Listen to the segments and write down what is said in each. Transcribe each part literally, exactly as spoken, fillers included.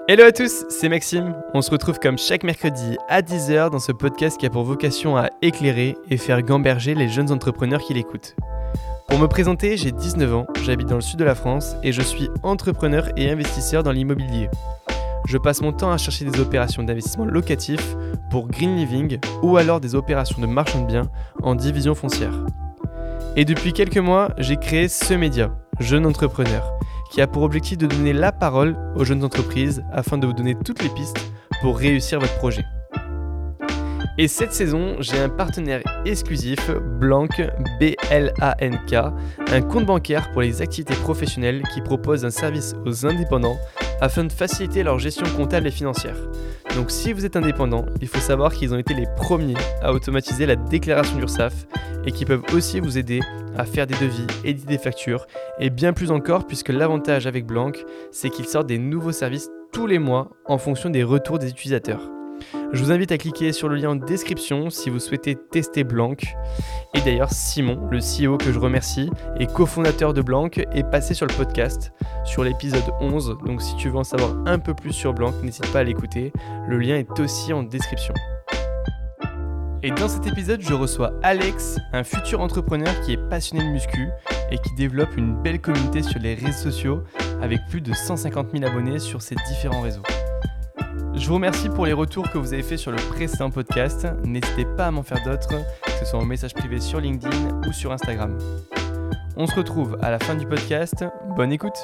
Hello à tous, c'est Maxime. On se retrouve comme chaque mercredi à dix heures dans ce podcast qui a pour vocation à éclairer et faire gamberger les jeunes entrepreneurs qui l'écoutent. Pour me présenter, j'ai dix-neuf ans, j'habite dans le sud de la France et je suis entrepreneur et investisseur dans l'immobilier. Je passe mon temps à chercher des opérations d'investissement locatif pour Green Living ou alors des opérations de marchand de biens en division foncière. Et depuis quelques mois, j'ai créé ce média, Jeune Entrepreneur, qui a pour objectif de donner la parole aux jeunes entreprises afin de vous donner toutes les pistes pour réussir votre projet. Et cette saison, j'ai un partenaire exclusif, Blank, B L A N K, un compte bancaire pour les activités professionnelles qui propose un service aux indépendants afin de faciliter leur gestion comptable et financière. Donc si vous êtes indépendant, il faut savoir qu'ils ont été les premiers à automatiser la déclaration d'Ursaf et qu'ils peuvent aussi vous aider à faire des devis, éditer des factures et bien plus encore puisque l'avantage avec Blank, c'est qu'ils sortent des nouveaux services tous les mois en fonction des retours des utilisateurs. Je vous invite à cliquer sur le lien en description si vous souhaitez tester Blank. Et d'ailleurs, Simon, le C E O que je remercie, et cofondateur de Blank, est passé sur le podcast, sur l'épisode onze. Donc si tu veux en savoir un peu plus sur Blank, n'hésite pas à l'écouter. Le lien est aussi en description. Et dans cet épisode, je reçois Alex, un futur entrepreneur qui est passionné de muscu et qui développe une belle communauté sur les réseaux sociaux avec plus de cent cinquante mille abonnés sur ses différents réseaux. Je vous remercie pour les retours que vous avez fait sur le précédent podcast. N'hésitez pas à m'en faire d'autres, que ce soit en message privé sur LinkedIn ou sur Instagram. On se retrouve à la fin du podcast. Bonne écoute!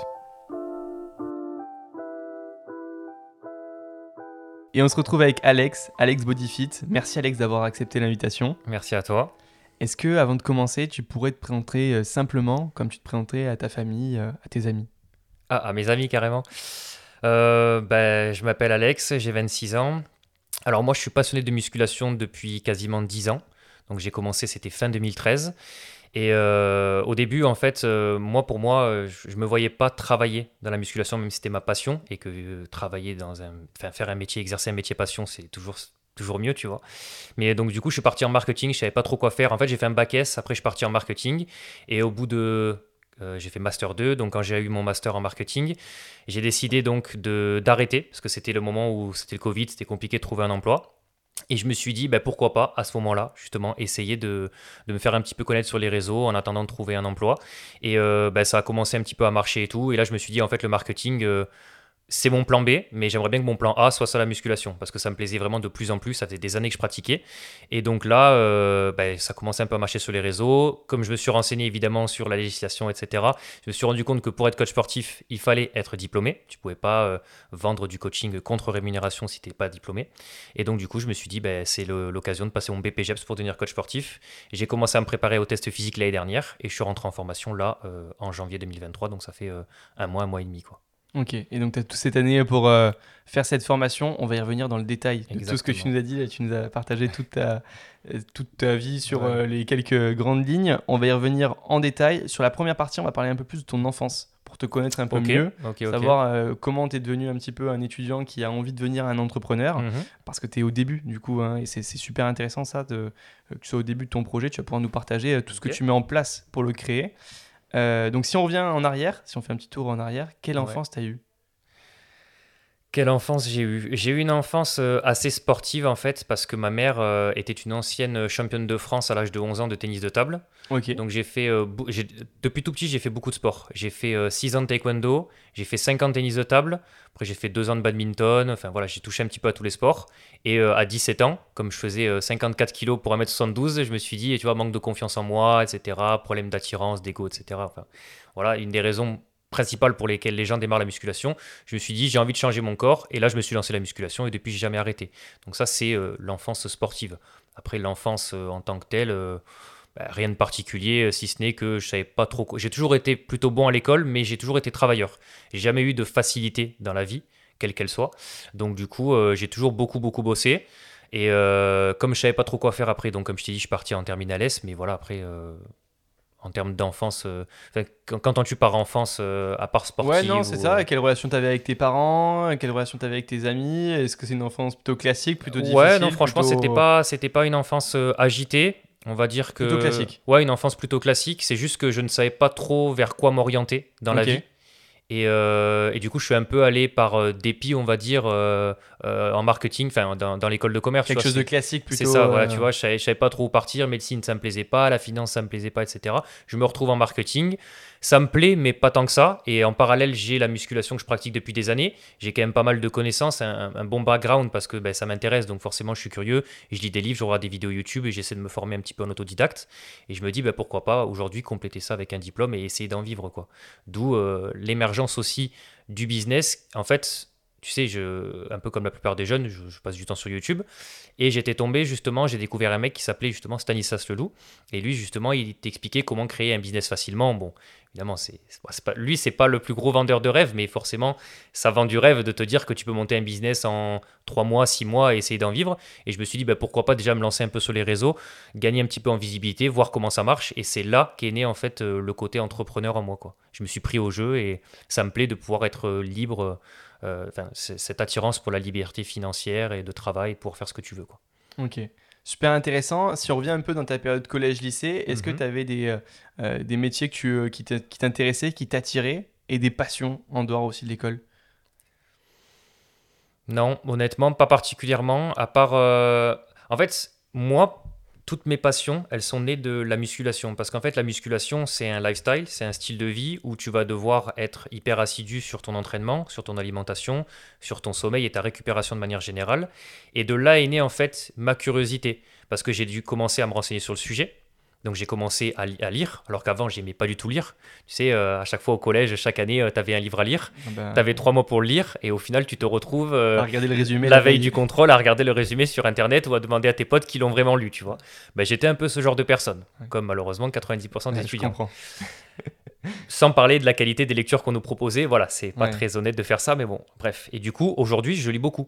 Et on se retrouve avec Alex, Alex Bodyfit. Merci Alex d'avoir accepté l'invitation. Merci à toi. Est-ce que, avant de commencer, tu pourrais te présenter simplement, comme tu te présenterais à ta famille, à tes amis? Ah, à mes amis carrément. Euh, ben, je m'appelle Alex, j'ai vingt-six ans. Alors moi, je suis passionné de musculation depuis quasiment dix ans. Donc j'ai commencé, c'était fin deux mille treize. Et euh, au début, en fait, euh, moi, pour moi, je ne me voyais pas travailler dans la musculation, même si c'était ma passion. Et que euh, travailler dans un... Enfin, faire un métier, exercer un métier passion, c'est toujours... toujours mieux, tu vois. Mais donc, du coup, je suis parti en marketing. Je ne savais pas trop quoi faire. En fait, j'ai fait un bac S. Après, je suis parti en marketing. Et au bout de... Euh, j'ai fait master deux, donc quand j'ai eu mon master en marketing, j'ai décidé donc de, d'arrêter, parce que c'était le moment où c'était le Covid, c'était compliqué de trouver un emploi. Et je me suis dit, bah, pourquoi pas, à ce moment-là, justement, essayer de, de me faire un petit peu connaître sur les réseaux en attendant de trouver un emploi. Et euh, bah, ça a commencé un petit peu à marcher et tout. Et là, je me suis dit, en fait, le marketing... Euh, c'est mon plan B, mais j'aimerais bien que mon plan A soit sur la musculation parce que ça me plaisait vraiment de plus en plus. Ça faisait des années que je pratiquais. Et donc là, euh, ben, ça commençait un peu à marcher sur les réseaux. Comme je me suis renseigné évidemment sur la législation, et cetera, je me suis rendu compte que pour être coach sportif, il fallait être diplômé. Tu ne pouvais pas euh, vendre du coaching contre rémunération si tu n'étais pas diplômé. Et donc du coup, je me suis dit, ben, c'est le, l'occasion de passer mon B P J E P S pour devenir coach sportif. Et j'ai commencé à me préparer au test physique l'année dernière et je suis rentré en formation là euh, en janvier deux mille vingt-trois. Donc ça fait euh, un mois, un mois et demi, quoi. Ok, et donc tu as toute cette année pour euh, faire cette formation. On va y revenir dans le détail de Exactement. Tout ce que tu nous as dit. Là, tu nous as partagé toute ta, toute ta vie sur ouais. euh, les quelques grandes lignes. On va y revenir en détail. Sur la première partie, on va parler un peu plus de ton enfance pour te connaître un peu okay. mieux, okay, savoir okay. Euh, comment tu es devenu un petit peu un étudiant qui a envie de devenir un entrepreneur, mm-hmm. parce que tu es au début du coup, hein, et c'est, c'est super intéressant ça, de, que tu sois au début de ton projet. Tu vas pouvoir nous partager euh, tout ce okay. que tu mets en place pour le créer. Euh, donc si on revient en arrière, si on fait un petit tour en arrière, quelle ouais. enfance tu as eu? Quelle enfance j'ai eu? J'ai eu une enfance euh, assez sportive en fait parce que ma mère euh, était une ancienne championne de France à l'âge de onze ans de tennis de table. Okay. Donc j'ai fait, euh, bou- j'ai, depuis tout petit j'ai fait beaucoup de sport. J'ai fait euh, six ans de taekwondo, j'ai fait cinq ans de tennis de table, après j'ai fait deux ans de badminton, enfin voilà, j'ai touché un petit peu à tous les sports. Et euh, à dix-sept ans, comme je faisais euh, cinquante-quatre kilos pour un mètre soixante-douze, je me suis dit, tu vois, manque de confiance en moi, et cetera, problème d'attirance, d'ego, et cetera. Enfin, voilà, une des raisons principales pour lesquelles les gens démarrent la musculation. Je me suis dit, j'ai envie de changer mon corps. Et là, je me suis lancé la musculation et depuis, j'ai jamais arrêté. Donc ça, c'est euh, l'enfance sportive. Après, l'enfance euh, en tant que telle, euh, bah, rien de particulier, euh, si ce n'est que je savais pas trop quoi. J'ai toujours été plutôt bon à l'école, mais j'ai toujours été travailleur. J'ai jamais eu de facilité dans la vie, quelle qu'elle soit. Donc du coup, euh, j'ai toujours beaucoup, beaucoup bossé. Et euh, comme je savais pas trop quoi faire après, donc comme je t'ai dit, je suis parti en terminale S. Mais voilà, après... Euh, en termes d'enfance, euh, qu'entends-tu par enfance euh, à part sportive? Ouais, non, c'est ou, ça. euh... Quelle relation tu avais avec tes parents? Quelle relation tu avais avec tes amis? Est-ce que c'est une enfance plutôt classique, plutôt difficile? Ouais, non, franchement, plutôt... c'était pas, c'était pas une enfance euh, agitée. On va dire que... Plutôt classique. Ouais, une enfance plutôt classique. C'est juste que je ne savais pas trop vers quoi m'orienter dans okay. la vie. Et, euh, et du coup, je suis un peu allé par euh, dépit, on va dire, euh, euh, en marketing, enfin dans, dans l'école de commerce. Quelque tu vois, chose de c'est, classique plutôt. c'est ça, euh, voilà, tu vois, je savais, je savais pas trop où partir. Médecine, ça me plaisait pas, la finance, ça me plaisait pas, et cetera. Je me retrouve en marketing. Ça me plaît, mais pas tant que ça. Et en parallèle, j'ai la musculation que je pratique depuis des années. J'ai quand même pas mal de connaissances, un, un bon background parce que ben, ça m'intéresse, donc forcément, je suis curieux. Et je lis des livres, je regarde des vidéos YouTube et j'essaie de me former un petit peu en autodidacte. Et je me dis, ben, pourquoi pas aujourd'hui compléter ça avec un diplôme et essayer d'en vivre, quoi. D'où euh, l'émergence aussi du business. En fait, tu sais, je, un peu comme la plupart des jeunes, je, je passe du temps sur YouTube. Et j'étais tombé, justement, j'ai découvert un mec qui s'appelait justement Stanislas Leloup. Et lui, justement, il t'expliquait comment créer un business facilement. Bon, évidemment, c'est, c'est pas, lui, c'est pas le plus gros vendeur de rêve, mais forcément, ça vend du rêve de te dire que tu peux monter un business en trois mois, six mois et essayer d'en vivre. Et je me suis dit, bah, pourquoi pas déjà me lancer un peu sur les réseaux, gagner un petit peu en visibilité, voir comment ça marche. Et c'est là qu'est né, en fait, euh, le côté entrepreneur en moi, quoi. Je me suis pris au jeu et ça me plaît de pouvoir être euh, libre. Euh, enfin, c'est, cette attirance pour la liberté financière et de travail pour faire ce que tu veux, quoi. Ok, super intéressant. Si on revient un peu dans ta période collège-lycée, est-ce Mhm. que tu avais des, euh, euh, des métiers que tu, euh, qui, t'a- qui t'intéressaient, qui t'attiraient et des passions en dehors aussi de l'école? Non, honnêtement, pas particulièrement. À part, euh, en fait, moi, toutes mes passions, elles sont nées de la musculation. Parce qu'en fait, la musculation, c'est un lifestyle, c'est un style de vie où tu vas devoir être hyper assidu sur ton entraînement, sur ton alimentation, sur ton sommeil et ta récupération de manière générale. Et de là est née en fait ma curiosité. Parce que j'ai dû commencer à me renseigner sur le sujet. Donc j'ai commencé à, li- à lire, alors qu'avant, j'aimais pas du tout lire. Tu sais, euh, à chaque fois au collège, chaque année, tu avais un livre à lire. Ah ben, Tu avais trois mois pour le lire et au final, tu te retrouves euh, à regarder le résumé la veille du contrôle à regarder le résumé sur Internet ou à demander à tes potes qui l'ont vraiment lu, tu vois. Ben, j'étais un peu ce genre de personne, Ouais. comme malheureusement quatre-vingt-dix pour cent des Ouais, je étudiants. comprends. Sans parler de la qualité des lectures qu'on nous proposait, voilà, c'est pas Ouais. très honnête de faire ça, mais bon, bref. Et du coup, aujourd'hui, je lis beaucoup.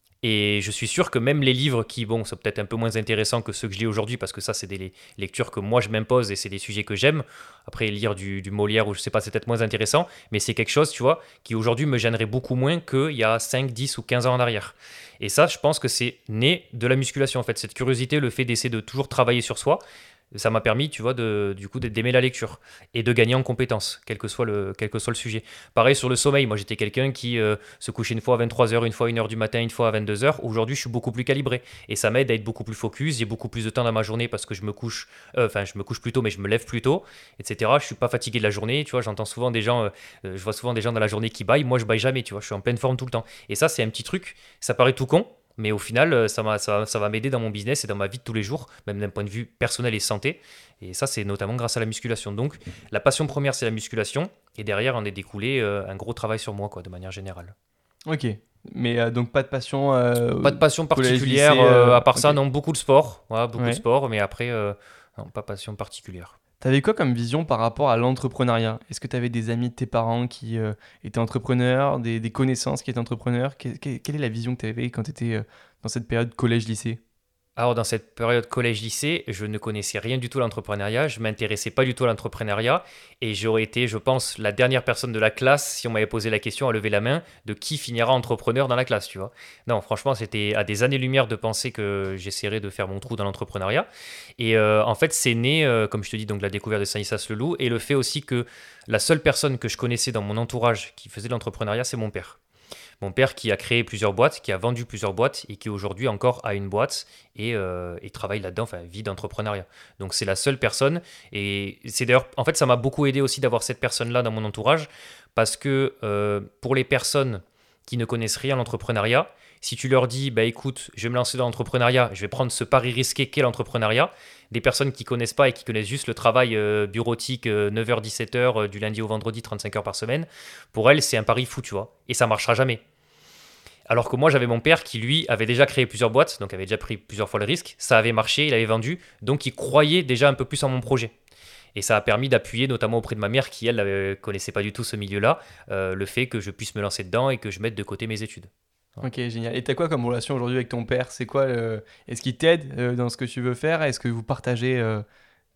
Et je suis sûr que même les livres qui, bon, sont peut-être un peu moins intéressants que ceux que je lis aujourd'hui, parce que ça, c'est des lectures que moi, je m'impose et c'est des sujets que j'aime. Après, lire du, du Molière ou je sais pas, c'est peut-être moins intéressant, mais c'est quelque chose, tu vois, qui aujourd'hui me gênerait beaucoup moins qu'il y a cinq, dix ou quinze ans en arrière. Et ça, je pense que c'est né de la musculation, en fait. Cette curiosité, le fait d'essayer de toujours travailler sur soi, ça m'a permis, tu vois, de, du coup, d'aimer la lecture et de gagner en compétences, quel que soit le, quel que soit le sujet. Pareil sur le sommeil, moi j'étais quelqu'un qui euh, se couchait une fois à vingt-trois heures, une fois à une heure du matin, une fois à vingt-deux heures. Aujourd'hui, je suis beaucoup plus calibré et ça m'aide à être beaucoup plus focus. J'ai beaucoup plus de temps dans ma journée parce que je me couche, euh, enfin, je me couche plus tôt, mais je me lève plus tôt, et cetera. Je suis pas fatigué de la journée, tu vois. J'entends souvent des gens, euh, euh, je vois souvent des gens dans la journée qui baillent. Moi, je baille jamais, tu vois. Je suis en pleine forme tout le temps. Et ça, c'est un petit truc. Ça paraît tout con. Mais au final, euh, ça, m'a, ça, ça va m'aider dans mon business et dans ma vie de tous les jours, même d'un point de vue personnel et santé. Et ça, c'est notamment grâce à la musculation. Donc, la passion première, c'est la musculation. Et derrière, en est découlé euh, un gros travail sur moi, quoi, de manière générale. Ok, mais euh, donc pas de passion euh, Pas de passion collège, particulière, lycée, euh, euh, à part ok. ça, non, beaucoup de sport. Voilà, beaucoup Ouais. de sport, mais après, euh, non, pas passion particulière. T'avais quoi comme vision par rapport à l'entrepreneuriat? Est-ce que t'avais des amis de tes parents qui euh, étaient entrepreneurs, des, des connaissances qui étaient entrepreneurs? Que- que- quelle est la vision que t'avais quand t'étais euh, dans cette période collège-lycée? Alors, dans cette période collège-lycée, je ne connaissais rien du tout à l'entrepreneuriat, je m'intéressais pas du tout à l'entrepreneuriat, et j'aurais été, je pense, la dernière personne de la classe, si on m'avait posé la question à lever la main, de qui finira entrepreneur dans la classe, tu vois. Non, franchement, c'était à des années-lumière de penser que j'essaierais de faire mon trou dans l'entrepreneuriat. Et euh, en fait, c'est né, euh, comme je te dis, donc de la découverte de Stanislas Leloup, et le fait aussi que la seule personne que je connaissais dans mon entourage qui faisait de l'entrepreneuriat, c'est mon père. Mon père qui a créé plusieurs boîtes, qui a vendu plusieurs boîtes et qui aujourd'hui encore a une boîte et, euh, et travaille là-dedans, enfin vit d'entrepreneuriat. Donc c'est la seule personne et c'est d'ailleurs, en fait ça m'a beaucoup aidé aussi d'avoir cette personne-là dans mon entourage parce que euh, pour les personnes qui ne connaissent rien à l'entrepreneuriat, si tu leur dis, bah écoute, je vais me lancer dans l'entrepreneuriat, je vais prendre ce pari risqué qu'est l'entrepreneuriat, des personnes qui connaissent pas et qui connaissent juste le travail euh, bureautique euh, neuf heures dix-sept heures euh, du lundi au vendredi trente-cinq heures par semaine, pour elles c'est un pari fou, tu vois, et ça marchera jamais. Alors que moi j'avais mon père qui lui avait déjà créé plusieurs boîtes, donc avait déjà pris plusieurs fois le risque, ça avait marché, il avait vendu, donc il croyait déjà un peu plus en mon projet. Et ça a permis d'appuyer notamment auprès de ma mère qui elle ne connaissait pas du tout ce milieu-là, euh, le fait que je puisse me lancer dedans et que je mette de côté mes études. Ok, génial. Et t'as quoi comme relation aujourd'hui avec ton père? C'est quoi le... Est-ce qu'il t'aide euh, dans ce que tu veux faire? Est-ce que vous partagez euh,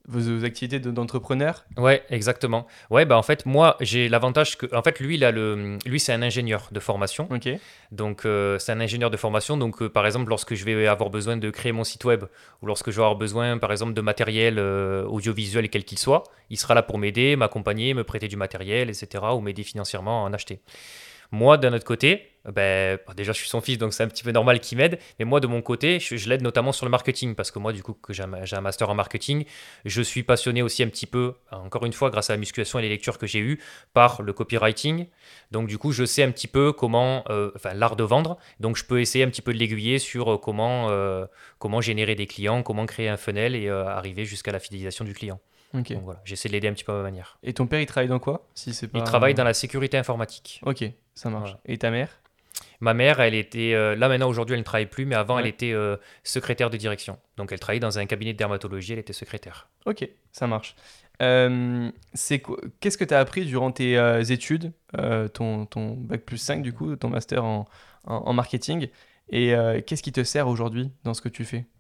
vos, vos activités de, d'entrepreneur. Ouais, exactement. Ouais, bah en fait, moi, j'ai l'avantage que, en fait, lui, il a le, lui, c'est un ingénieur de formation. Ok. Donc, euh, c'est un ingénieur de formation. Donc, euh, par exemple, lorsque je vais avoir besoin de créer mon site web ou lorsque je vais avoir besoin, par exemple, de matériel euh, audiovisuel, quel qu'il soit, il sera là pour m'aider, m'accompagner, me prêter du matériel, et cetera, ou m'aider financièrement à en acheter. Moi, d'un autre côté, ben, bon, déjà, je suis son fils, donc c'est un petit peu normal qu'il m'aide. Mais moi, de mon côté, je, je l'aide notamment sur le marketing. Parce que moi, du coup, que j'ai un, j'ai un master en marketing, je suis passionné aussi un petit peu, encore une fois, grâce à la musculation et les lectures que j'ai eues, par le copywriting. Donc, du coup, je sais un petit peu comment, euh, enfin, l'art de vendre. Donc, je peux essayer un petit peu de l'aiguiller sur euh, comment, euh, comment générer des clients, comment créer un funnel et euh, arriver jusqu'à la fidélisation du client. Ok. Donc, voilà, j'essaie de l'aider un petit peu à ma manière. Et ton père, il travaille dans quoi? Si c'est pas... Il travaille dans la sécurité informatique. Ok, ça marche. Voilà. Et ta mère? Ma mère, elle était, euh, là maintenant aujourd'hui elle ne travaille plus, mais avant Ouais. elle était euh, secrétaire de direction. Donc elle travaillait dans un cabinet de dermatologie, elle était secrétaire. Ok, ça marche. Euh, c'est quoi- Qu'est-ce que tu as appris durant tes euh, études, euh, ton, ton bac plus cinq du coup, ton master en, en, en marketing, et euh, qu'est-ce qui te sert aujourd'hui dans ce que tu fais?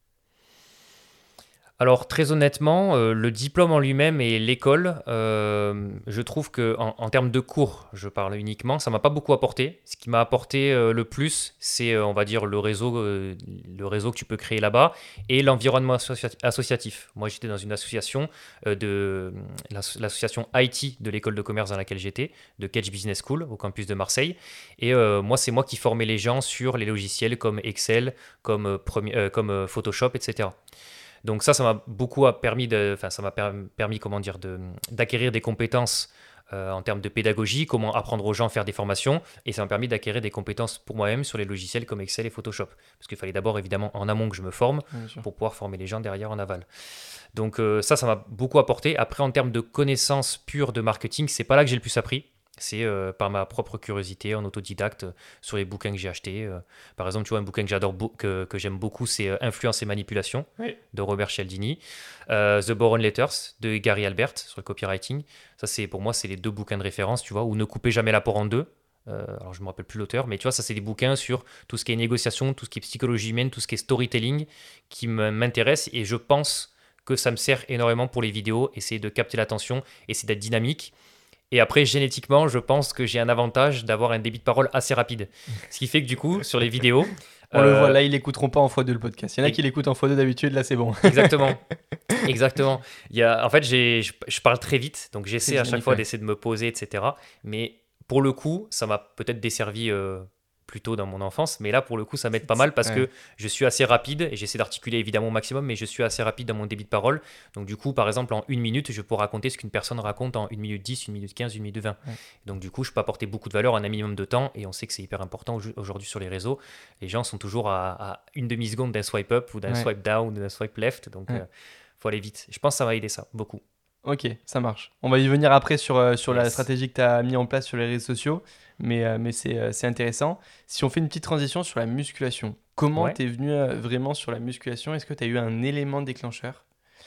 Alors très honnêtement, euh, le diplôme en lui-même et l'école, euh, je trouve que en, en termes de cours, je parle uniquement, ça m'a pas beaucoup apporté. Ce qui m'a apporté euh, le plus, c'est euh, on va dire le réseau, euh, le réseau que tu peux créer là-bas et l'environnement associa- associatif. Moi, j'étais dans une association euh, de l'asso- l'association I T de l'école de commerce dans laquelle j'étais, de Catch Business School au campus de Marseille. Et euh, moi, c'est moi qui formais les gens sur les logiciels comme Excel, comme, euh, Premi- euh, comme euh, Photoshop, et cetera. Donc ça, ça m'a beaucoup permis de, enfin, ça m'a per- permis, comment dire, de, d'acquérir des compétences euh, en termes de pédagogie, comment apprendre aux gens à faire des formations, et ça m'a permis d'acquérir des compétences pour moi-même sur les logiciels comme Excel et Photoshop. Parce qu'il fallait d'abord, évidemment, en amont que je me forme Bien sûr. pour pouvoir former les gens derrière en aval. Donc euh, ça, ça m'a beaucoup apporté. Après, en termes de connaissances pures de marketing, c'est pas là que j'ai le plus appris. C'est euh, par ma propre curiosité en autodidacte euh, sur les bouquins que j'ai achetés. euh. Par exemple, tu vois, un bouquin que j'adore, beau- que, que j'aime beaucoup, c'est euh, Influence et manipulation Oui. de Robert Cialdini, euh, The Boron Letters de Gary Albert sur le copywriting. Ça, c'est pour moi, c'est les deux bouquins de référence, tu vois, ou Ne coupez jamais l'apport en deux. Euh, alors, je me rappelle plus l'auteur, mais tu vois, ça, c'est des bouquins sur tout ce qui est négociation, tout ce qui est psychologie humaine, tout ce qui est storytelling qui me- m'intéresse et je pense que ça me sert énormément pour les vidéos, essayer de capter l'attention, essayer d'être dynamique. Et après, génétiquement, je pense que j'ai un avantage d'avoir un débit de parole assez rapide. Ce qui fait que du coup, sur les vidéos... On le voit, euh, là, ils l'écouteront pas en fois deux le podcast. Il y en a et- qui l'écoutent en fois deux d'habitude, là, c'est bon. Exactement. Exactement. Il y a, en fait, j'ai, je, je parle très vite, donc j'essaie à chaque dynamique, fois ouais. d'essayer de me poser, et cetera. Mais pour le coup, ça m'a peut-être desservi euh, plus tôt dans mon enfance, mais là, pour le coup, ça m'aide pas mal parce Ouais. que je suis assez rapide et j'essaie d'articuler évidemment au maximum, mais je suis assez rapide dans mon débit de parole. Donc, du coup, par exemple, en une minute, je peux raconter ce qu'une personne raconte en une minute dix, une minute quinze, une minute vingt. Ouais. Donc, du coup, je peux apporter beaucoup de valeur en un minimum de temps et on sait que c'est hyper important au- aujourd'hui sur les réseaux. Les gens sont toujours à, à une demi-seconde d'un swipe up ou d'un Ouais. swipe down ou d'un swipe left. Donc, Ouais. euh, faut aller vite. Je pense que ça va aider ça, beaucoup. Ok, ça marche. On va y venir après sur, euh, sur la Yes. stratégie que tu as mis en place sur les réseaux sociaux, mais, euh, mais c'est euh, c'est intéressant. Si on fait une petite transition sur la musculation, comment Ouais. tu es venu euh, vraiment sur la musculation? Est-ce que tu as eu un élément déclencheur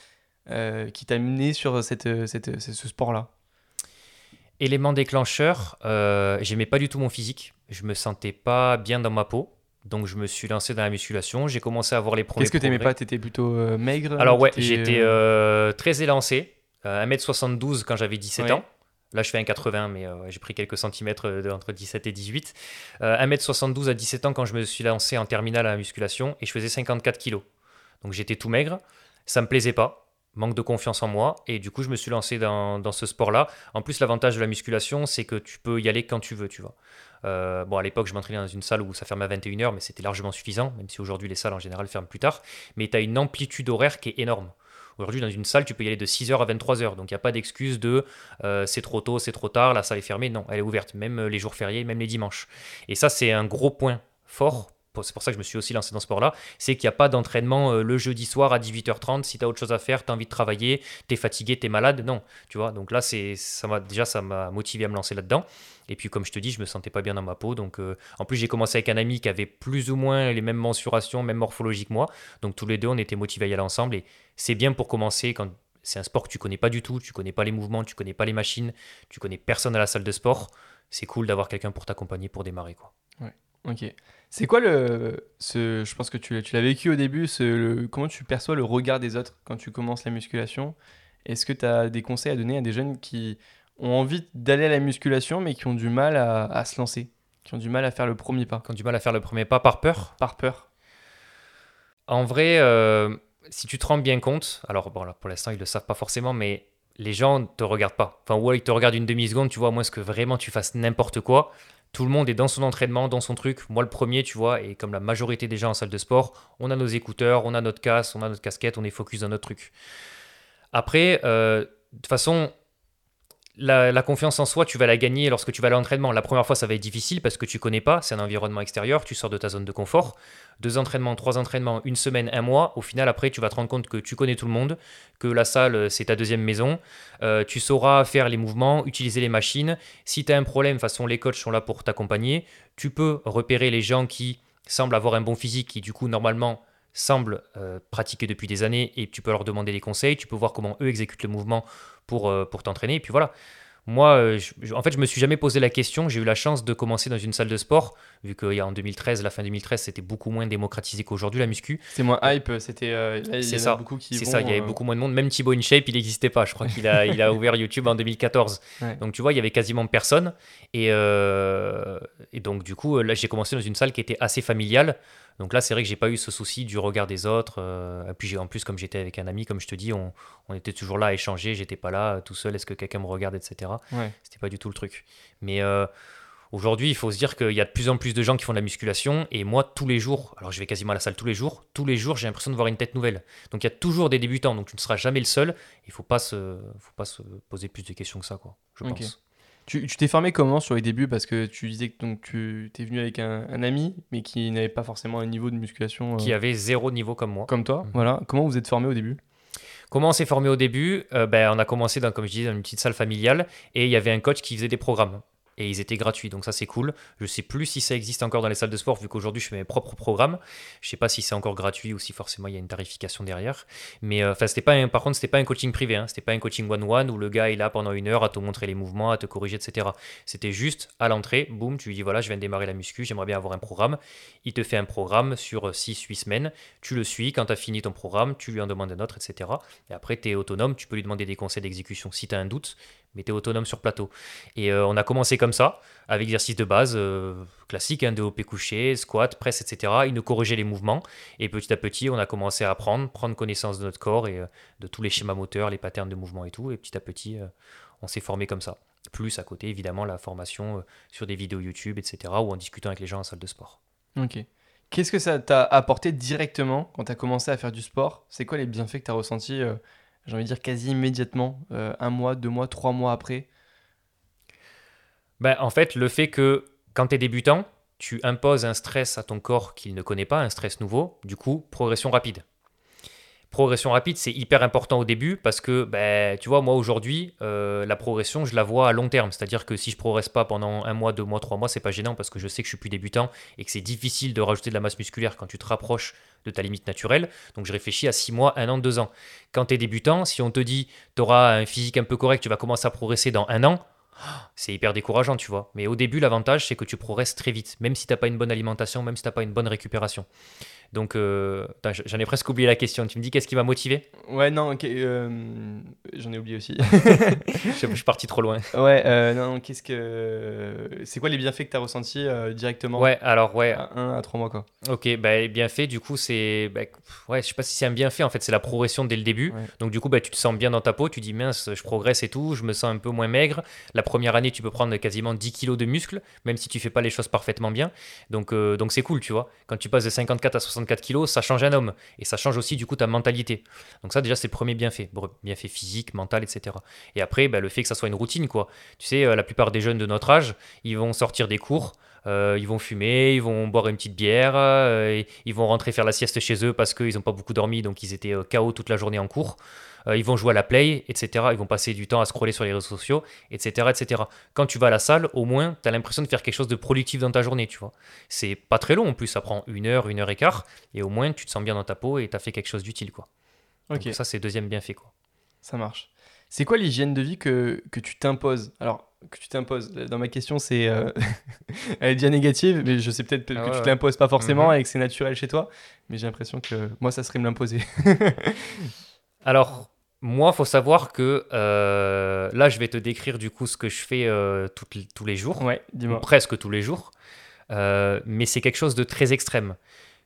euh, qui t'a mené sur cette, euh, cette, ce ce sport-là? Élément déclencheur, euh, j'aimais pas du tout mon physique. Je me sentais pas bien dans ma peau. Donc je me suis lancé dans la musculation. J'ai commencé à voir les premiers Qu'est-ce que tu n'aimais progrès. pas? Tu étais plutôt euh, maigre? Alors ouais, T'étais, j'étais euh, euh, très élancé. Euh, un mètre soixante-douze quand j'avais dix-sept Ouais. ans. Là, je fais un quatre-vingts, mais euh, j'ai pris quelques centimètres euh, de- entre dix-sept et dix-huit. Euh, un mètre soixante-douze à dix-sept ans quand je me suis lancé en terminale à la musculation et je faisais cinquante-quatre kilos. Donc j'étais tout maigre. Ça me plaisait pas. Manque de confiance en moi. Et du coup, je me suis lancé dans, dans ce sport-là. En plus, l'avantage de la musculation, c'est que tu peux y aller quand tu veux, tu vois. Euh, bon, à l'époque, je m'entraînais dans une salle où ça fermait à vingt et une heures, mais c'était largement suffisant, même si aujourd'hui, les salles en général ferment plus tard. Mais tu as une amplitude horaire qui est énorme. Aujourd'hui, dans une salle, tu peux y aller de six heures à vingt-trois heures. Donc, il n'y a pas d'excuse de euh, c'est trop tôt, c'est trop tard, la salle est fermée. Non, elle est ouverte, même euh, les jours fériés, même les dimanches. Et ça, c'est un gros point fort. Pour- C'est pour ça que je me suis aussi lancé dans ce sport-là. C'est qu'il n'y a pas d'entraînement euh, le jeudi soir à dix-huit heures trente. Si tu as autre chose à faire, tu as envie de travailler, tu es fatigué, tu es malade. Non, tu vois. Donc là, c'est, ça m'a, déjà, ça m'a motivé à me lancer là-dedans. Et puis, comme je te dis, je me sentais pas bien dans ma peau. Donc, euh, en plus, j'ai commencé avec un ami qui avait plus ou moins les mêmes mensurations, même morphologie que moi. Donc, tous les deux, on était motivés à y aller ensemble. Et c'est bien pour commencer quand c'est un sport que tu connais pas du tout, tu connais pas les mouvements, tu connais pas les machines, tu connais personne à la salle de sport. C'est cool d'avoir quelqu'un pour t'accompagner pour démarrer, quoi. Ok. C'est quoi le... Ce, je pense que tu, l'as- tu l'as vécu au début, ce, le- comment tu perçois le regard des autres quand tu commences la musculation? Est-ce que tu as des conseils à donner à des jeunes qui ont envie d'aller à la musculation mais qui ont du mal à, à se lancer, qui ont du mal à faire le premier pas, Quand du mal à faire le premier pas par peur. par peur? En vrai, euh, si tu te rends bien compte, alors bon, là, pour l'instant, ils le savent pas forcément, mais les gens ne te regardent pas. Enfin, ou alors ils te regardent une demi-seconde, tu vois, à moins que vraiment tu fasses n'importe quoi. Tout le monde est dans son entraînement, dans son truc. Moi, le premier, tu vois, et comme la majorité des gens en salle de sport, on a nos écouteurs, on a notre casque, on a notre casquette, on est focus dans notre truc. Après, euh, de toute façon, la, la confiance en soi, tu vas la gagner lorsque tu vas à l'entraînement. La première fois, ça va être difficile parce que tu connais pas, c'est un environnement extérieur, tu sors de ta zone de confort. Deux entraînements, trois entraînements, une semaine, un mois. Au final, après, tu vas te rendre compte que tu connais tout le monde, que la salle, c'est ta deuxième maison. Euh, tu sauras faire les mouvements, utiliser les machines. Si tu as un problème, de toute façon, les coachs sont là pour t'accompagner. Tu peux repérer les gens qui semblent avoir un bon physique, qui du coup, normalement, semblent euh, pratiquer depuis des années et tu peux leur demander des conseils. Tu peux voir comment eux exécutent le mouvement pour, euh, pour t'entraîner. Et puis voilà. Moi, euh, je- je- en fait, je me suis jamais posé la question. J'ai eu la chance de commencer dans une salle de sport, vu qu'en deux mille treize, la fin deux mille treize, c'était beaucoup moins démocratisé qu'aujourd'hui, la muscu. C'est moins hype, c'était, euh, là, il y C'est en a ça. beaucoup qui C'est vont... ça, il y avait euh, beaucoup moins de monde. Même Thibaut InShape, il n'existait pas. Je crois qu'il a, il a ouvert YouTube en deux mille quatorze. ouais. Donc, tu vois, il y avait quasiment personne. Et, euh, et donc, du coup, là, j'ai commencé dans une salle qui était assez familiale. Donc là, c'est vrai que j'ai pas eu ce souci du regard des autres. euh, et puis, j'ai- en plus, comme j'étais avec un ami, comme je te dis, on, on était toujours là à échanger. J'étais pas là euh, tout seul. Est-ce que quelqu'un me regarde, et cetera. Ouais. C'était pas du tout le truc. Mais euh, aujourd'hui, il faut se dire qu'il y a de plus en plus de gens qui font de la musculation. Et moi, tous les jours, alors je vais quasiment à la salle tous les jours, tous les jours, j'ai l'impression de voir une tête nouvelle. Donc il y a toujours des débutants. Donc tu ne seras jamais le seul. Il faut pas se, faut pas se poser plus de questions que ça, quoi, je Ok. pense. Tu tu t'es formé comment sur les débuts? Parce que tu disais que donc, tu es venu avec un, un ami, mais qui n'avait pas forcément un niveau de musculation Qui euh, avait zéro niveau comme moi. comme toi. Mhm. Voilà. Comment vous êtes formé au début? Comment on s'est formé au début? Euh, ben, on a commencé, dans, comme je disais, dans une petite salle familiale et il y avait un coach qui faisait des programmes. Et ils étaient gratuits, donc ça c'est cool. Je sais plus si ça existe encore dans les salles de sport, vu qu'aujourd'hui je fais mes propres programmes. Je sais pas si c'est encore gratuit ou si forcément il y a une tarification derrière. Mais euh, enfin, c'était pas un- par contre, c'était pas un coaching privé, hein. C'était pas un coaching one-one où le gars est là pendant une heure à te montrer les mouvements, à te corriger, et cetera. C'était juste à l'entrée, boum, tu lui dis voilà, je viens de démarrer la muscu, j'aimerais bien avoir un programme. Il te fait un programme sur six huit semaines. Tu le suis, quand tu as fini ton programme, tu lui en demandes un autre, et cetera. Et après, tu es autonome, tu peux lui demander des conseils d'exécution si tu as un doute, mais tu es autonome sur plateau. Et euh, on a commencé comme ça, avec exercices de base euh, classiques, hein, développé couché, squat, presse, et cetera. Il nous corrigeait les mouvements. Et petit à petit, on a commencé à apprendre, prendre connaissance de notre corps et euh, de tous les schémas moteurs, les patterns de mouvement et tout. Et petit à petit, euh, on s'est formé comme ça. Plus à côté, évidemment, la formation euh, sur des vidéos YouTube, et cetera, ou en discutant avec les gens en salle de sport. Ok. Qu'est-ce que ça t'a apporté directement quand tu as commencé à faire du sport? C'est quoi les bienfaits que tu as ressentis, euh, j'ai envie de dire quasi immédiatement, euh, un mois, deux mois, trois mois après? Ben, en fait, le fait que quand tu es débutant, tu imposes un stress à ton corps qu'il ne connaît pas, un stress nouveau, du coup, progression rapide. Progression rapide, c'est hyper important au début parce que, ben, tu vois, moi aujourd'hui, euh, la progression, je la vois à long terme. C'est-à-dire que si je progresse pas pendant un mois, deux mois, trois mois, c'est pas gênant parce que je sais que je suis plus débutant et que c'est difficile de rajouter de la masse musculaire quand tu te rapproches de ta limite naturelle. Donc je réfléchis à six mois, un an, deux ans. Quand tu es débutant, si on te dit tu auras un physique un peu correct, tu vas commencer à progresser dans un an, c'est hyper décourageant, tu vois. Mais au début, l'avantage, c'est que tu progresses très vite, même si tu n'as pas une bonne alimentation, même si tu n'as pas une bonne récupération. Donc, euh, attends, j'en ai presque oublié la question. Tu me dis qu'est-ce qui m'a motivé? Ouais, non, ok, euh, j'en ai oublié aussi. je, je suis parti trop loin. Ouais, euh, non, non, qu'est-ce que... C'est quoi les bienfaits que tu as ressentis euh, directement Ouais, alors, ouais. à un à trois mois, quoi? Ok, bah, bien fait, du coup, c'est. Bah, ouais, je sais pas si c'est un bienfait, en fait, c'est la progression dès le début. Ouais. Donc, du coup, bah, tu te sens bien dans ta peau, tu dis mince, je progresse et tout, je me sens un peu moins maigre. La première année, tu peux prendre quasiment dix kilos de muscles, même si tu fais pas les choses parfaitement bien. Donc, euh, donc c'est cool, tu vois. Quand tu passes de cinquante-quatre à soixante-quatre kilos, ça change un homme. Et ça change aussi, du coup, ta mentalité. Donc, ça, déjà, c'est le premier bienfait. Bon, bienfait physique, mental, et cetera. Et après, bah, le fait que ça soit une routine, quoi. Tu sais, euh, la plupart des jeunes de notre âge, ils vont sortir des cours. Euh, ils vont fumer, ils vont boire une petite bière, euh, ils vont rentrer faire la sieste chez eux parce qu'ils n'ont pas beaucoup dormi, donc ils étaient euh, K O toute la journée en cours. Euh, ils vont jouer à la play, et cetera. Ils vont passer du temps à scroller sur les réseaux sociaux, et cetera, et cetera. Quand tu vas à la salle, au moins, tu as l'impression de faire quelque chose de productif dans ta journée, tu vois. C'est pas très long en plus, ça prend une heure, une heure et quart, et au moins, tu te sens bien dans ta peau et tu as fait quelque chose d'utile, quoi. Ok, Donc ça, c'est le deuxième bienfait, quoi. ça marche. C'est quoi l'hygiène de vie que, que tu t'imposes? Alors, que tu t'imposes. Dans ma question, c'est... Euh... elle est déjà négative, mais je sais peut-être Ah que ouais, tu ouais. te l'imposes pas forcément Mhm. et que c'est naturel chez toi. Mais j'ai l'impression que moi, ça serait me l'imposer. Alors, moi, faut savoir que euh, là, je vais te décrire du coup ce que je fais euh, toutes les- tous les jours, Ouais, ou dis-moi. presque tous les jours. Euh, mais c'est quelque chose de très extrême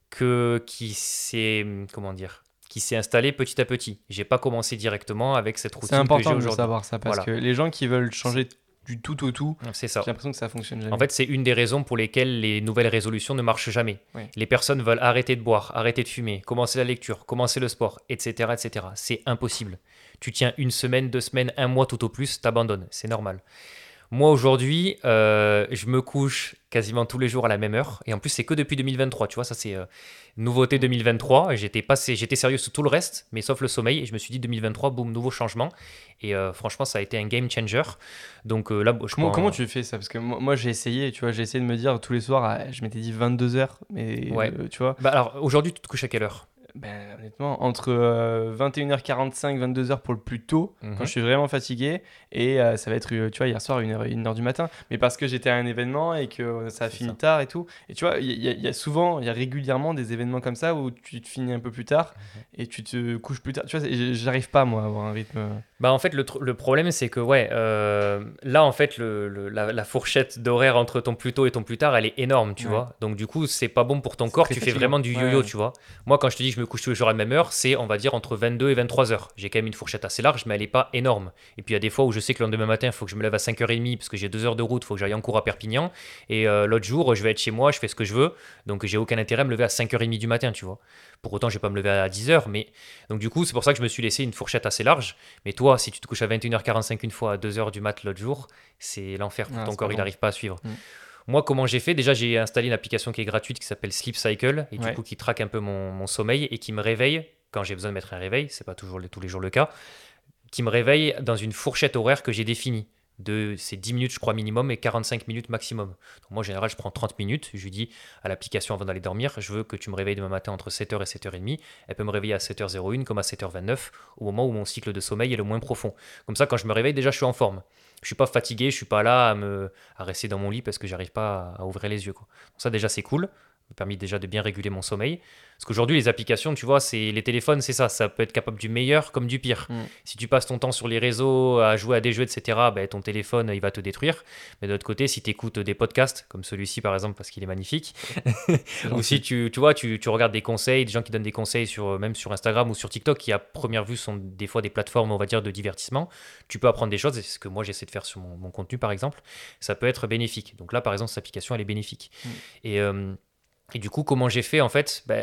que qui s'est comment dire, qui s'est installé petit à petit. J'ai pas commencé directement avec cette C'est routine que j'ai important de le aujourd'hui. savoir, ça, parce que Voilà, les gens qui veulent c'est changer du tout au tout, c'est j'ai ça. l'impression que ça fonctionne En jamais. fait, c'est une des raisons pour lesquelles les nouvelles résolutions ne marchent jamais. Ouais. Les personnes veulent arrêter de boire, arrêter de fumer, commencer la lecture, commencer le sport, et cetera, et cetera. C'est impossible. Tu tiens une semaine, deux semaines, un mois tout au plus, t'abandonnes. C'est normal. Moi aujourd'hui, euh, je me couche quasiment tous les jours à la même heure. Et en plus, c'est que depuis deux mille vingt-trois. Tu vois, ça c'est euh, nouveauté deux mille vingt-trois. J'étais passé, j'étais sérieux sur tout le reste, mais sauf le sommeil. Et je me suis dit deux mille vingt-trois, boum, nouveau changement. Et euh, franchement, ça a été un game changer. Donc euh, là, je Comment, comment prends. tu fais ça? Parce que moi, moi, j'ai essayé, tu vois, j'ai essayé de me dire tous les soirs, ah, je m'étais dit vingt-deux heures, mais Ouais. euh, tu vois, Bah alors aujourd'hui, tu te couches à quelle heure? ben, honnêtement, entre euh, vingt et une heures quarante-cinq, vingt-deux heures pour le plus tôt, quand je Mhm. suis vraiment fatigué, et euh, ça va être, euh, tu vois, hier soir, une heure, une heure du matin, mais parce que j'étais à un événement et que euh, ça a C'est fini ça. tard et tout. Et tu vois, il y, a- il y a souvent, il y a régulièrement des événements comme ça où tu te finis un peu plus tard et tu te couches plus tard. Tu vois, c'est- j'arrive pas, moi, à avoir un rythme. Bah en fait le, tr- le problème c'est que ouais euh, là en fait le, le- la, la fourchette d'horaire entre ton plus tôt et ton plus tard elle est énorme tu Ouais. vois, donc du coup c'est pas bon pour ton C'est corps, très tu fais fatigant. vraiment du Ouais, yo-yo ouais. tu vois. Moi quand je te dis que je me couche tous les jours à la même heure, c'est on va dire entre vingt-deux et vingt-trois heures. J'ai quand même une fourchette assez large mais elle est pas énorme. Et puis il y a des fois où je sais que le lendemain matin il faut que je me lève à cinq heures trente parce que j'ai deux heures de route, il faut que j'aille en cours à Perpignan, et euh, l'autre jour je vais être chez moi, je fais ce que je veux, donc j'ai aucun intérêt à me lever à cinq heures trente du matin tu vois. Pour autant je vais pas me lever à dix heures, mais donc du coup c'est pour ça que je me suis laissé une fourchette assez large. Mais toi, si tu te couches à vingt et une heures quarante-cinq une fois, à deux heures du mat l'autre jour, c'est l'enfer pour Ah, ton c'est pas corps, il bon. n'arrive pas à suivre. Mm. Moi, comment j'ai fait? Déjà, j'ai installé une application qui est gratuite qui s'appelle Sleep Cycle et du Ouais. coup qui traque un peu mon, mon sommeil et qui me réveille quand j'ai besoin de mettre un réveil, c'est pas toujours les- tous les jours le cas, qui me réveille dans une fourchette horaire que j'ai définie. De, c'est dix minutes, je crois, minimum et quarante-cinq minutes maximum. Donc moi, en général, je prends trente minutes. Je lui dis à l'application avant d'aller dormir, je veux que tu me réveilles demain matin entre sept heures et sept heures trente. Elle peut me réveiller à sept heures zéro un comme à sept heures vingt-neuf, au moment où mon cycle de sommeil est le moins profond. Comme ça, quand je me réveille, déjà, je suis en forme. Je suis pas fatigué, je suis pas là à, me, à rester dans mon lit parce que j'arrive pas à, à ouvrir les yeux, quoi. Donc ça, déjà, c'est cool. Ça m'a permis déjà de bien réguler mon sommeil. Parce qu'aujourd'hui, les applications, tu vois, c'est les téléphones, c'est ça. Ça peut être capable du meilleur comme du pire. Mm. Si tu passes ton temps sur les réseaux, à jouer à des jeux, et cetera, ben, ton téléphone, il va te détruire. Mais de l'autre côté, si tu écoutes des podcasts, comme celui-ci par exemple, parce qu'il est magnifique, C'est ou gentil. si tu, tu vois, tu, tu regardes des conseils, des gens qui donnent des conseils sur, même sur Instagram ou sur TikTok, qui à première vue sont des fois des plateformes, on va dire, de divertissement, tu peux apprendre des choses, et c'est ce que moi j'essaie de faire sur mon, mon contenu par exemple, ça peut être bénéfique. Donc là, par exemple, cette application, elle est bénéfique. Mm. Et, euh, et du coup, comment j'ai fait en fait? Ben,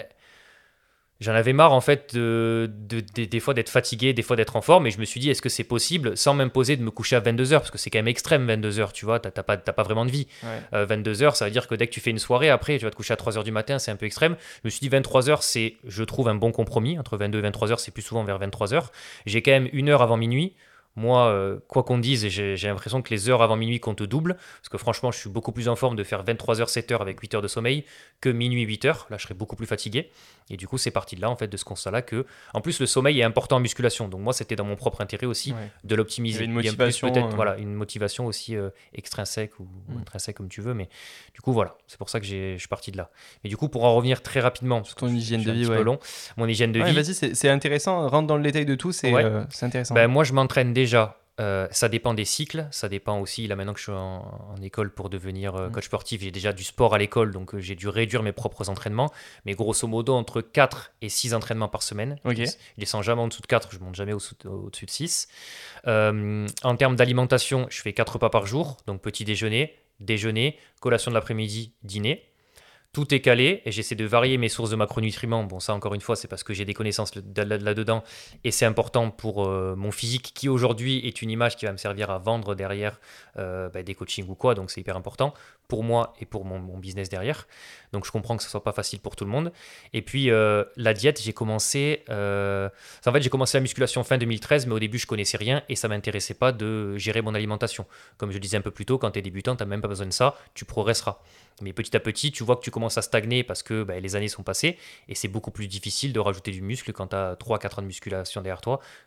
j'en avais marre en fait de, de- de- des fois d'être fatigué, des fois d'être en forme, et je me suis dit est-ce que c'est possible sans m'imposer de me coucher à vingt-deux heures, parce que c'est quand même extrême vingt-deux heures, tu vois, t'as t'as pas, t'as pas vraiment de vie. Ouais. Euh, vingt-deux heures, ça veut dire que dès que tu fais une soirée, après tu vas te coucher à trois heures du matin, c'est un peu extrême. Je me suis dit vingt-trois heures, c'est, je trouve, un bon compromis, entre vingt-deux et vingt-trois heures, c'est plus souvent vers vingt-trois heures. J'ai quand même une heure avant minuit. Moi, euh, quoi qu'on dise, j'ai j'ai l'impression que les heures avant minuit comptent double, parce que franchement, je suis beaucoup plus en forme de faire vingt-trois heures, sept heures avec huit heures de sommeil que minuit, huit heures. Là, je serais beaucoup plus fatigué. Et du coup, c'est parti de là, en fait, de ce constat-là que, en plus, le sommeil est important en musculation. Donc moi, c'était dans mon propre intérêt aussi Ouais. de l'optimiser. Il y avait une Il y a plus motivation, peut-être, euh. voilà, une motivation aussi euh, extrinsèque ou, ou Mm. intrinsèque comme tu veux, mais du coup, voilà, c'est pour ça que j'ai- je suis parti de là. Mais du coup, pour en revenir très rapidement, parce que Ton je- hygiène je suis de un vie, petit ouais. peu long, mon hygiène de Ouais, vie. vas-y, c'est c'est intéressant. Rentre dans le détail de tout, c'est Ouais. euh, c'est intéressant. Ben, moi, je m'entraîne déjà. Euh, ça dépend des cycles, ça dépend aussi, là maintenant que je suis en, en école pour devenir euh, Mm. coach sportif, j'ai déjà du sport à l'école, donc euh, j'ai dû réduire mes propres entraînements, mais grosso modo entre quatre et six entraînements par semaine. Ok. Je, je descends jamais en dessous de quatre, je monte jamais au- au-dessus de six. Euh, en termes d'alimentation, je fais quatre repas par jour, donc petit déjeuner, déjeuner, collation de l'après-midi, dîner. Tout est calé et j'essaie de varier mes sources de macronutriments. Bon, ça, encore une fois, c'est parce que j'ai des connaissances là- là- là-dedans et c'est important pour euh, mon physique qui, aujourd'hui, est une image qui va me servir à vendre derrière euh, bah, des coachings ou quoi. Donc, c'est hyper important pour moi et pour mon, mon business derrière. Donc, je comprends que ce soit pas facile pour tout le monde. Et puis, euh, la diète, j'ai commencé... euh, En fait, j'ai commencé la musculation fin deux mille treize, mais au début, je connaissais rien et ça m'intéressait pas de gérer mon alimentation. Comme je le disais un peu plus tôt, quand tu es débutant, tu n'as même pas besoin de ça, tu progresseras. Mais petit à petit, tu vois que tu commences à stagner parce que bah, les années sont passées et c'est beaucoup plus difficile de rajouter du muscle quand tu as trois à quatre ans de musculation derrière toi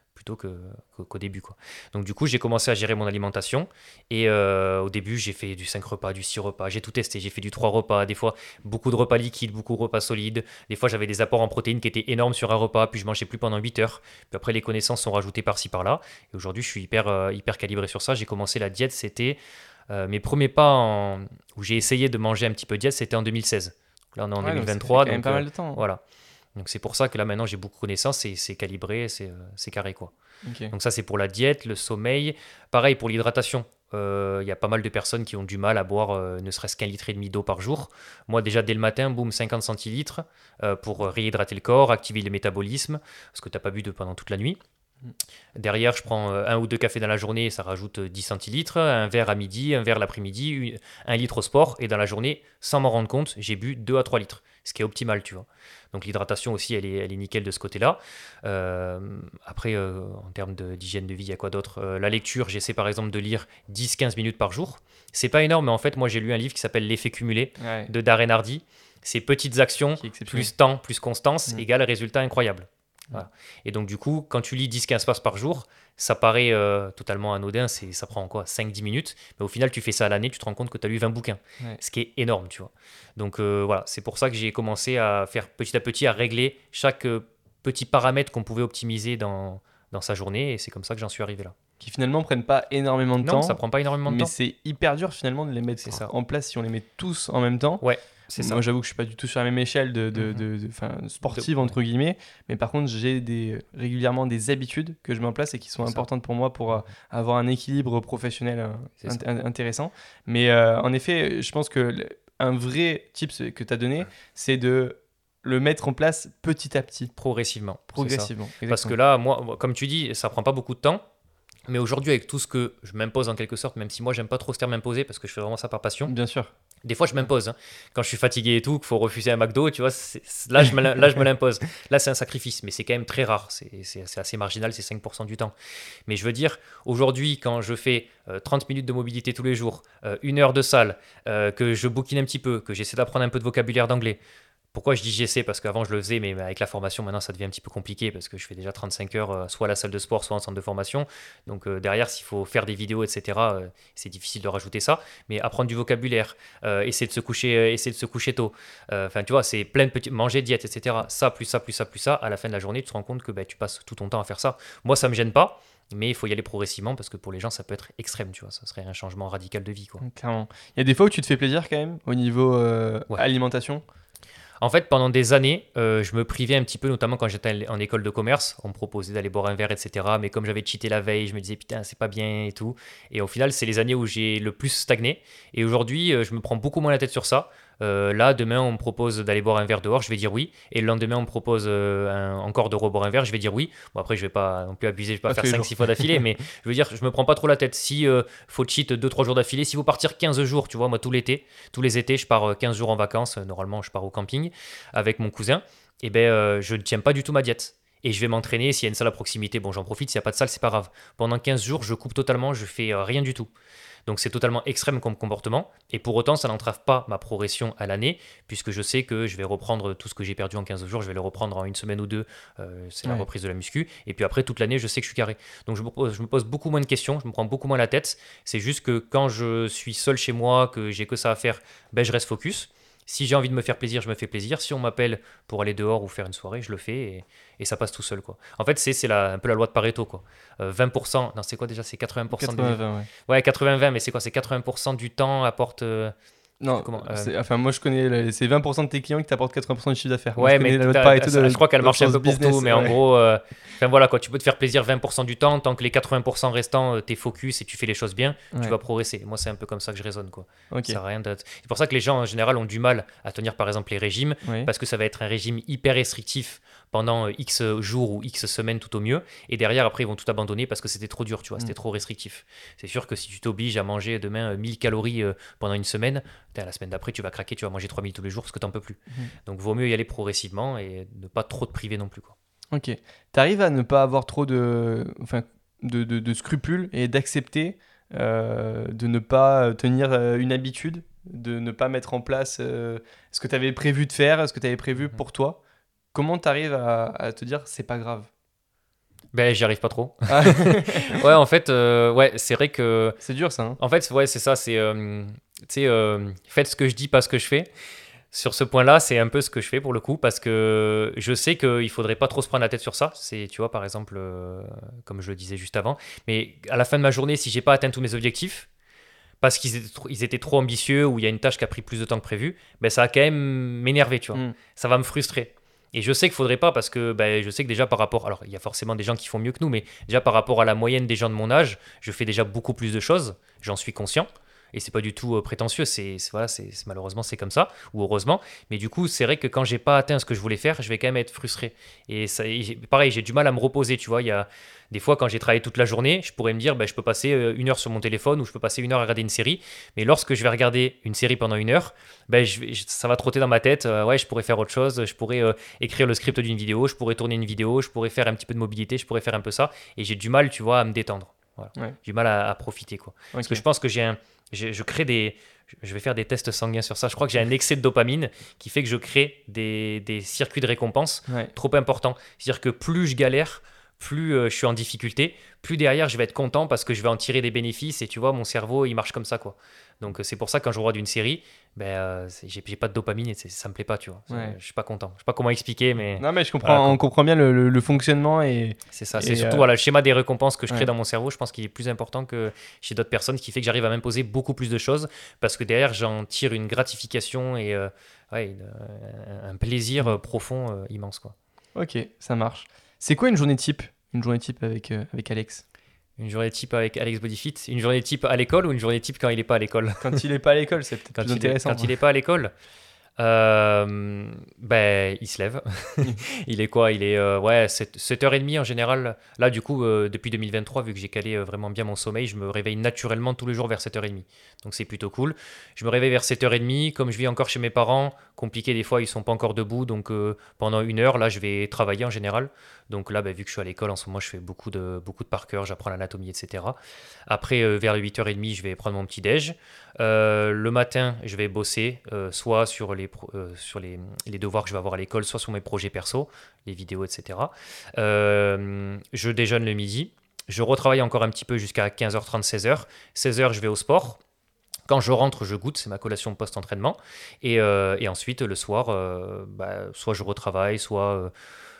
plutôt que, que- qu'au début, quoi. Donc du coup, j'ai commencé à gérer mon alimentation et euh, au début, j'ai fait du cinq repas, du six repas, j'ai tout testé, j'ai fait du trois repas, des fois beaucoup de repas liquides, beaucoup de repas solides, des fois j'avais des apports en protéines qui étaient énormes sur un repas, puis je mangeais plus pendant huit heures, puis après les connaissances sont rajoutées par-ci par-là et aujourd'hui, je suis hyper, euh, hyper calibré sur ça. J'ai commencé la diète, c'était euh, mes premiers pas en- où j'ai essayé de manger un petit peu de diète, c'était en deux mille seize. Là, on est en Ouais, donc ça fait deux mille vingt-trois, quand même donc pas euh, mal de temps. voilà. Donc c'est pour ça que là maintenant j'ai beaucoup de connaissances et c'est calibré, c'est euh, c'est carré quoi. Ok. Donc ça c'est pour la diète, le sommeil. Pareil pour l'hydratation. Euh, Il y a pas mal de personnes qui ont du mal à boire euh, ne serait-ce qu'un litre et demi d'eau par jour. Moi déjà dès le matin, boum, cinquante centilitres euh, pour euh, réhydrater le corps, activer le métabolisme, parce que tu n'as pas bu de pendant toute la nuit. Mm. Derrière, je prends euh, un ou deux cafés dans la journée, ça rajoute euh, dix centilitres, un verre à midi, un verre l'après-midi, une- un litre au sport, et dans la journée, sans m'en rendre compte, j'ai bu deux à trois litres, ce qui est optimal, tu vois. Donc l'hydratation aussi, elle est, elle est nickel de ce côté-là. Euh, après, euh, en termes de- d'hygiène de vie, il y a quoi d'autre? Euh, La lecture, j'essaie par exemple de lire dix quinze minutes par jour. C'est pas énorme, mais en fait, moi j'ai lu un livre qui s'appelle L'effet cumulé Ouais, de Darren Hardy. Ces petites actions, qui est exceptionnel. plus temps, plus constance, Mm. égale résultat incroyable. Voilà. Et donc, du coup, quand tu lis dix quinze pages par jour, ça paraît euh, totalement anodin, c'est, ça prend quoi cinq dix minutes, mais au final, tu fais ça à l'année, tu te rends compte que tu as lu vingt bouquins, Ouais. ce qui est énorme, tu vois. Donc, euh, voilà, c'est pour ça que j'ai commencé à faire petit à petit, à régler chaque euh, petit paramètre qu'on pouvait optimiser dans, dans sa journée, et c'est comme ça que j'en suis arrivé là. Qui finalement prennent pas énormément de Non, temps, ça prend pas énormément de mais temps. c'est hyper dur finalement de les mettre C'est ça. en place si on les met tous en même temps. Ouais, c'est ça. Moi, j'avoue que je suis pas du tout sur la même échelle de, de, Mhm. de- de- 'fin, sportive De- entre guillemets, mais par contre, j'ai des, régulièrement des habitudes que je mets en place et qui sont C'est ça. importantes pour moi pour euh, avoir un équilibre professionnel euh, C'est int- ça. intéressant. Mais euh, en effet, je pense que le- un vrai tip que tu as donné, c'est de le mettre en place petit à petit, Progressivement. c'est ça. progressivement. Parce que Exactement. là, moi, moi, comme tu dis, ça prend pas beaucoup de temps. Mais aujourd'hui, avec tout ce que je m'impose en quelque sorte, même si moi, j'aime pas trop ce terme imposer parce que je fais vraiment ça par passion. Bien sûr. Des fois, je m'impose. hein. Quand je suis fatigué et tout, qu'il faut refuser un McDo, tu vois, c'est- c'est- là, je me, l'im- là, je me l'impose. Là, c'est un sacrifice, mais c'est quand même très rare. C'est c'est- c'est assez marginal, c'est cinq pour cent du temps. Mais je veux dire, aujourd'hui, quand je fais euh, trente minutes de mobilité tous les jours, euh, une heure de salle, euh, que je bouquine un petit peu, que j'essaie d'apprendre un peu de vocabulaire d'anglais. Pourquoi je dis j'essaie? Parce qu'avant je le faisais, mais avec la formation maintenant ça devient un petit peu compliqué parce que je fais déjà trente-cinq heures euh, soit à la salle de sport, soit en centre de formation. Donc euh, derrière, s'il faut faire des vidéos, et cetera, euh, c'est difficile de rajouter ça. Mais apprendre du vocabulaire, euh, essayer de se coucher, euh, essayer de se coucher tôt. Euh, Enfin, tu vois, c'est plein de petits manger, diète, et cetera. Ça, plus ça, plus ça, plus ça. À la fin de la journée, tu te rends compte que bah, tu passes tout ton temps à faire ça. Moi, ça me gêne pas. Mais il faut y aller progressivement parce que pour les gens, ça peut être extrême, tu vois. Ça serait un changement radical de vie, quoi. Clairement. Il y a des fois où tu te fais plaisir quand même au niveau euh, Ouais. alimentation. En fait, pendant des années, euh, je me privais un petit peu, notamment quand j'étais en école de commerce. On me proposait d'aller boire un verre, et cetera. Mais comme j'avais cheaté la veille, je me disais putain, c'est pas bien et tout. Et au final, c'est les années où j'ai le plus stagné. Et aujourd'hui, euh, je me prends beaucoup moins la tête sur ça. Euh, là, demain, on me propose d'aller boire un verre dehors, je vais dire oui. Et le lendemain, on me propose euh, un- encore de reboire un verre, je vais dire oui. Bon, après, je vais pas non plus abuser, je vais pas Pas faire tous les cinq jours. six fois d'affilée, mais je veux dire, je me prends pas trop la tête. Si euh, faut cheat deux trois jours d'affilée, si vous partir quinze jours, tu vois, moi, tout l'été, tous les étés, je pars euh, quinze jours en vacances. Euh, Normalement, je pars au camping avec mon cousin. Et ben, euh, je ne tiens pas du tout ma diète. Et je vais m'entraîner. S'il y a une salle à proximité, bon, j'en profite. S'il n'y a pas de salle, c'est pas grave. Pendant quinze jours, je coupe totalement, je fais euh, rien du tout. Donc c'est totalement extrême comme comportement. Et pour autant, ça n'entrave pas ma progression à l'année, puisque je sais que je vais reprendre tout ce que j'ai perdu en quinze jours, je vais le reprendre en une semaine ou deux. Euh, c'est la Ouais. reprise de la muscu. Et puis après, toute l'année, je sais que je suis carré. Donc je me, pose, je me pose beaucoup moins de questions, je me prends beaucoup moins la tête. C'est juste que quand je suis seul chez moi, que j'ai que ça à faire, ben, je reste focus. Si j'ai envie de me faire plaisir, je me fais plaisir. Si on m'appelle pour aller dehors ou faire une soirée, je le fais et, et ça passe tout seul, quoi. En fait, c'est c'est la- un peu la loi de Pareto, quoi. Euh, vingt pour cent, non, c'est quoi déjà? C'est quatre-vingts pour cent de... quatre-vingts, ouais. Ouais, quatre-vingts vingt, mais c'est quoi? C'est quatre-vingts pour cent du temps apporte... euh, Non, Comment, euh, c'est- enfin moi je connais, le- c'est vingt pour cent de tes clients qui t'apportent quatre-vingts pour cent du chiffre d'affaires. Moi, Ouais, je connais mais la loi de t'as- Pareto ça- de- je crois qu'elle dans marche le un peu sens pour business, tout, mais en ouais. gros, euh, enfin voilà, quoi, tu peux te faire plaisir vingt pour cent du temps, tant que les quatre-vingts pour cent restants, euh, t'es focus et tu fais les choses bien, Ouais. tu vas progresser. Moi, c'est un peu comme ça que je raisonne, quoi. Ok. Ça sert à rien d'être- C'est pour ça que les gens, en général, ont du mal à tenir, par exemple, les régimes, Ouais. parce que ça va être un régime hyper restrictif pendant euh, X jours ou X semaines tout au mieux, et derrière, après, ils vont tout abandonner parce que c'était trop dur, tu vois, c'était Mm. trop restrictif. C'est sûr que si tu t'obliges à manger demain euh, mille calories euh, pendant une semaine, putain, la semaine d'après, tu vas craquer, tu vas manger trois mille tous les jours parce que t'en peux plus. Mhm. Donc, vaut mieux y aller progressivement et ne pas trop te priver non plus, quoi. Ok. T'arrives à ne pas avoir trop de, enfin, de, de, de scrupules et d'accepter euh, de ne pas tenir euh, une habitude, de ne pas mettre en place euh, ce que tu avais prévu de faire, ce que tu avais prévu Mhm. pour toi. Comment t'arrives à, à te dire c'est pas grave? Ben, j'y arrive pas trop. Ah. Ouais, en fait, euh, ouais, c'est vrai que. C'est dur ça. Hein. En fait, ouais, c'est ça. C'est, euh, tu sais, euh, faites ce que je dis, pas ce que je fais. Sur ce point-là, c'est un peu ce que je fais pour le coup, parce que je sais qu'il faudrait pas trop se prendre la tête sur ça. C'est, tu vois, par exemple, euh, comme je le disais juste avant. Mais à la fin de ma journée, si j'ai pas atteint tous mes objectifs, parce qu'ils étaient trop, ils étaient trop ambitieux ou il y a une tâche qui a pris plus de temps que prévu, ben ça va quand même m'énerver, tu vois. Mm. Ça va me frustrer. Et je sais qu'il faudrait pas parce que ben, je sais que déjà par rapport. Alors, il y a forcément des gens qui font mieux que nous, mais déjà par rapport à la moyenne des gens de mon âge, je fais déjà beaucoup plus de choses. J'en suis conscient. Et c'est pas du tout euh, prétentieux, c'est, c'est- voilà, c'est, c'est- malheureusement c'est comme ça, ou heureusement. Mais du coup, c'est vrai que quand j'ai pas atteint ce que je voulais faire, je vais quand même être frustré. Et, ça, et j'ai- pareil, j'ai du mal à me reposer, tu vois. Il y a des fois quand j'ai travaillé toute la journée, je pourrais me dire, ben, je peux passer euh, une heure sur mon téléphone ou je peux passer une heure à regarder une série. Mais lorsque je vais regarder une série pendant une heure, ben, je vais- je- ça va trotter dans ma tête. euh, ouais, je pourrais faire autre chose, je pourrais euh, écrire le script d'une vidéo, je pourrais tourner une vidéo, je pourrais faire un petit peu de mobilité, je pourrais faire un peu ça. Et j'ai du mal, tu vois, à me détendre. Voilà. Ouais. J'ai du mal à, à profiter, quoi. Parce Ok. que je pense que j'ai un, je, je crée des, je vais faire des tests sanguins sur ça. Je crois que j'ai un excès de dopamine qui fait que je crée des, des circuits de récompense Ouais. trop importants. C'est-à-dire que plus je galère, plus euh, je suis en difficulté, plus derrière je vais être content parce que je vais en tirer des bénéfices et tu vois, mon cerveau il marche comme ça, quoi. Donc euh, c'est pour ça que quand je regarde une série, ben, euh, c'est- j'ai, j'ai pas de dopamine et c'est- ça me plaît pas, tu vois. C'est- Ouais. Je suis pas content. Je sais pas comment expliquer, mais Non mais je comprends, Voilà, quoi. on comprend bien le, le- le fonctionnement et c'est ça. Et, C'est surtout euh, voilà, le schéma des récompenses que je crée ouais. dans mon cerveau. Je pense qu'il est plus important que chez d'autres personnes, ce qui fait que j'arrive à m'imposer beaucoup plus de choses parce que derrière, j'en tire une gratification et euh, ouais, une- un un plaisir euh, profond euh, immense, quoi. Ok, ça marche. C'est quoi une journée type? Une journée type avec, euh, avec Alex? Une journée type avec Alex Bodyfit, une journée type à l'école ou une journée type quand il n'est pas à l'école? Quand il est pas à l'école, c'est peut-être Quand plus il est, intéressant. quand il est pas à l'école, euh, ben, il se lève. Il est quoi? Il est euh, ouais, sept heures trente en général. Là, du coup, euh, depuis deux mille vingt-trois, vu que j'ai calé euh, vraiment bien mon sommeil, je me réveille naturellement tous les jours vers sept heures trente. Donc c'est plutôt cool. Je me réveille vers sept heures trente. Comme je vis encore chez mes parents, compliqué des fois, ils sont pas encore debout. Donc euh, pendant une heure, là, je vais travailler en général. Donc là, ben, vu que je suis à l'école en ce moment, je fais beaucoup de, beaucoup de par cœur, j'apprends l'anatomie, et cetera. Après, euh, vers huit heures trente, je vais prendre mon petit déj. Euh, le matin, je vais bosser, euh, soit sur, les, pro- euh, sur les, les devoirs que je vais avoir à l'école, soit sur mes projets perso, les vidéos, et cetera. Euh, je déjeune le midi. Je retravaille encore un petit peu jusqu'à quinze heures trente, seize heures. seize heures, je vais au sport. Quand je rentre, je goûte, c'est ma collation post-entraînement. Et, euh, et ensuite, le soir, euh, bah, soit je retravaille, soit... euh,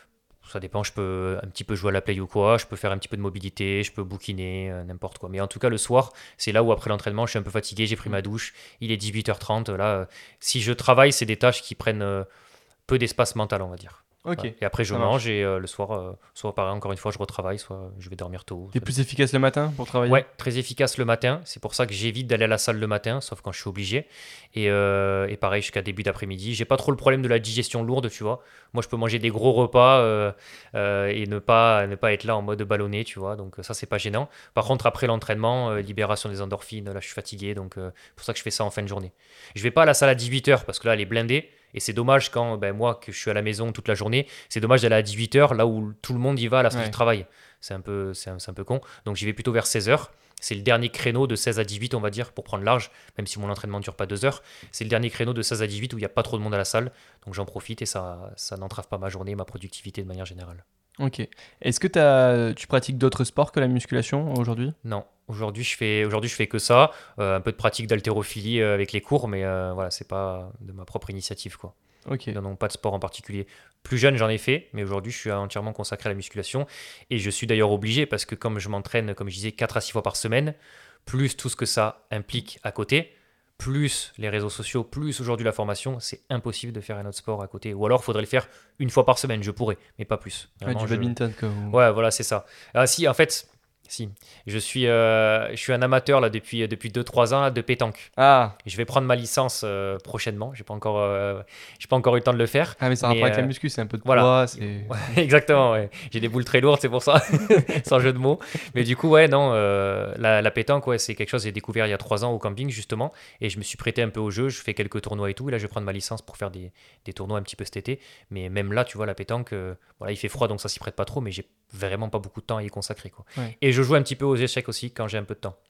ça dépend, je peux un petit peu jouer à la play ou quoi, je peux faire un petit peu de mobilité, je peux bouquiner, euh, n'importe quoi. Mais en tout cas, le soir, c'est là où après l'entraînement, je suis un peu fatigué, j'ai pris ma douche, il est dix-huit heures trente. Là, euh, si je travaille, c'est des tâches qui prennent euh, peu d'espace mental, on va dire. Ok. Voilà. Et après, je ça mange marche. et euh, le soir, euh, soit pareil, encore une fois, je retravaille, soit je vais dormir tôt. T'es Ça plus efficace le matin pour travailler? Ouais, très efficace le matin. C'est pour ça que j'évite d'aller à la salle le matin, sauf quand je suis obligé. Et, euh, et pareil, jusqu'à début d'après-midi. J'ai pas trop le problème de la digestion lourde, tu vois. Moi, je peux manger des gros repas euh, euh, et ne pas, ne pas être là en mode ballonné, tu vois. Donc ça, c'est pas gênant. Par contre, après l'entraînement, euh, libération des endorphines, là, je suis fatigué. Donc euh, c'est pour ça que je fais ça en fin de journée. Je vais pas à la salle à dix-huit heures parce que là, elle est blindée. Et c'est dommage quand, ben, moi, que je suis à la maison toute la journée, c'est dommage d'aller à dix-huit heures, là où tout le monde y va à la sortie Ouais. du travail. C'est un peu, c'est un, c'est un peu con. Donc j'y vais plutôt vers seize heures. C'est le dernier créneau de seize à dix-huit, on va dire, pour prendre large, même si mon entraînement ne dure pas deux heures. C'est le dernier créneau de seize à dix-huit où il n'y a pas trop de monde à la salle. Donc j'en profite et ça, ça n'entrave pas ma journée, ma productivité de manière générale. Ok. Est-ce que t'as- tu pratiques d'autres sports que la musculation aujourd'hui? Non, aujourd'hui je fais, aujourd'hui je fais que ça. Euh, un peu de pratique d'haltérophilie euh, avec les cours, mais euh, voilà, c'est pas de ma propre initiative, quoi. Ok. Non, non, pas de sport en particulier. Plus jeune, j'en ai fait, mais aujourd'hui, je suis entièrement consacré à la musculation. Et je suis d'ailleurs obligé, parce que comme je m'entraîne, comme je disais, quatre à six fois par semaine, plus tout ce que ça implique à côté, plus les réseaux sociaux, plus aujourd'hui la formation, c'est impossible de faire un autre sport à côté. Ou alors, il faudrait le faire une fois par semaine, je pourrais, mais pas plus. Ouais, Vraiment, du je- badminton quoi. ou- Ouais, voilà, c'est ça. Ah si, en fait, si. Je suis, euh, je suis un amateur là depuis depuis deux trois ans là, de pétanque. Ah. Je vais prendre ma licence euh, prochainement. J'ai pas encore, euh, j'ai pas encore eu le temps de le faire. Ah mais ça a Mais, rapport avec la euh, muscu, c'est un peu de voilà. poids, c'est... Ouais, exactement, ouais. J'ai des boules très lourdes, c'est pour ça, sans jeu de mots. Mais du coup, ouais, non, euh, la, la pétanque, ouais, c'est quelque chose que j'ai découvert il y a trois ans au camping, justement. Et je me suis prêté un peu au jeu, je fais quelques tournois et tout. Et là, je vais prendre ma licence pour faire des, des tournois un petit peu cet été. Mais même là, tu vois, la pétanque, euh, voilà, il fait froid, donc ça s'y prête pas trop, mais j'ai vraiment pas beaucoup de temps à y consacrer, quoi. Ouais. Et je joue un petit peu aux échecs aussi quand j'ai un peu de temps.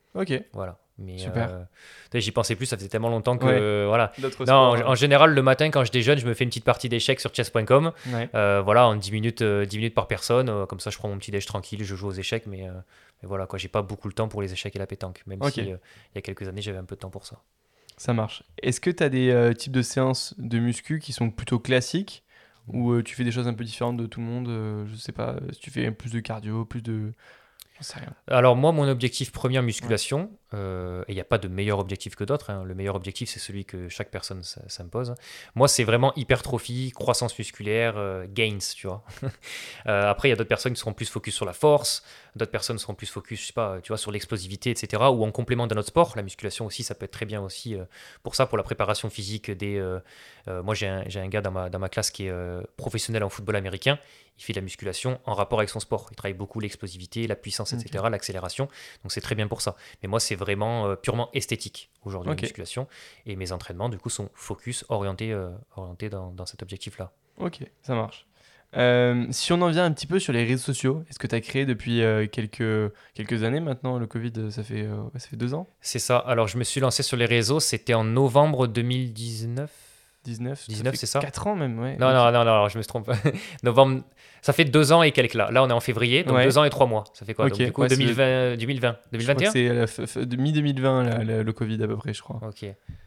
Ok, Voilà. Mais super. euh, j'y pensais plus, ça faisait tellement longtemps que Ouais. euh, voilà. D'autres Non, en, sports, en général, le matin, quand je déjeune, je me fais une petite partie d'échecs sur chess point com. ouais. Euh, voilà, en dix minutes, euh, dix minutes par personne. Euh, comme ça, je prends mon petit déj tranquille, je joue aux échecs. Mais, euh, mais voilà, quoi, j'ai pas beaucoup le temps pour les échecs et la pétanque. Même Ok. si, euh, il y a quelques années, j'avais un peu de temps pour ça. Ça marche. Est-ce que tu as des euh, types de séances de muscu qui sont plutôt classiques ou euh, tu fais des choses un peu différentes de tout le monde euh, Je sais pas, si tu fais plus de cardio, plus de... J'en sais rien. Alors moi, mon objectif premier en musculation, euh, et il n'y a pas de meilleur objectif que d'autres, hein. Le meilleur objectif, c'est celui que chaque personne s- s'impose. Moi, c'est vraiment hypertrophie, croissance musculaire, euh, gains, tu vois. Euh, après, il y a d'autres personnes qui seront plus focus sur la force, d'autres personnes seront plus focus, je sais pas, tu vois, sur l'explosivité, et cetera. Ou en complément d'un autre sport, la musculation aussi, ça peut être très bien aussi euh, pour ça, pour la préparation physique des... euh, euh, moi, j'ai un, j'ai un gars dans ma, dans ma classe qui est euh, professionnel en football américain. Il fait de la musculation en rapport avec son sport. Il travaille beaucoup l'explosivité, la puissance, Ok. et cetera, l'accélération. Donc c'est très bien pour ça. Mais moi, c'est vraiment euh, purement esthétique aujourd'hui, Ok. la musculation. Et mes entraînements, du coup, sont focus, orientés, euh, orientés dans, dans cet objectif-là. Ok, ça marche. Euh, si on en vient un petit peu sur les réseaux sociaux, est-ce que tu as créé depuis euh, quelques, quelques années maintenant? Le Covid, euh, ça fait, euh, ouais, ça fait deux ans? C'est ça. Alors, je me suis lancé sur les réseaux, c'était en novembre deux mille dix-neuf. dix-neuf, dix-neuf, c'est ça? quatre ans même, ouais. Non, Ok. non, non, non, alors, je me trompe. Novembre, ça fait deux ans et quelques là. Là, on est en février, donc Ouais. deux ans et trois mois. Ça fait quoi? Ok, Donc, du coup, ouais, c'est deux mille vingt, deux mille vingt, Je crois que deux mille vingt et un? c'est à la f- f- de mi-deux mille vingt, là, le, le Covid à peu près, je crois. Ok.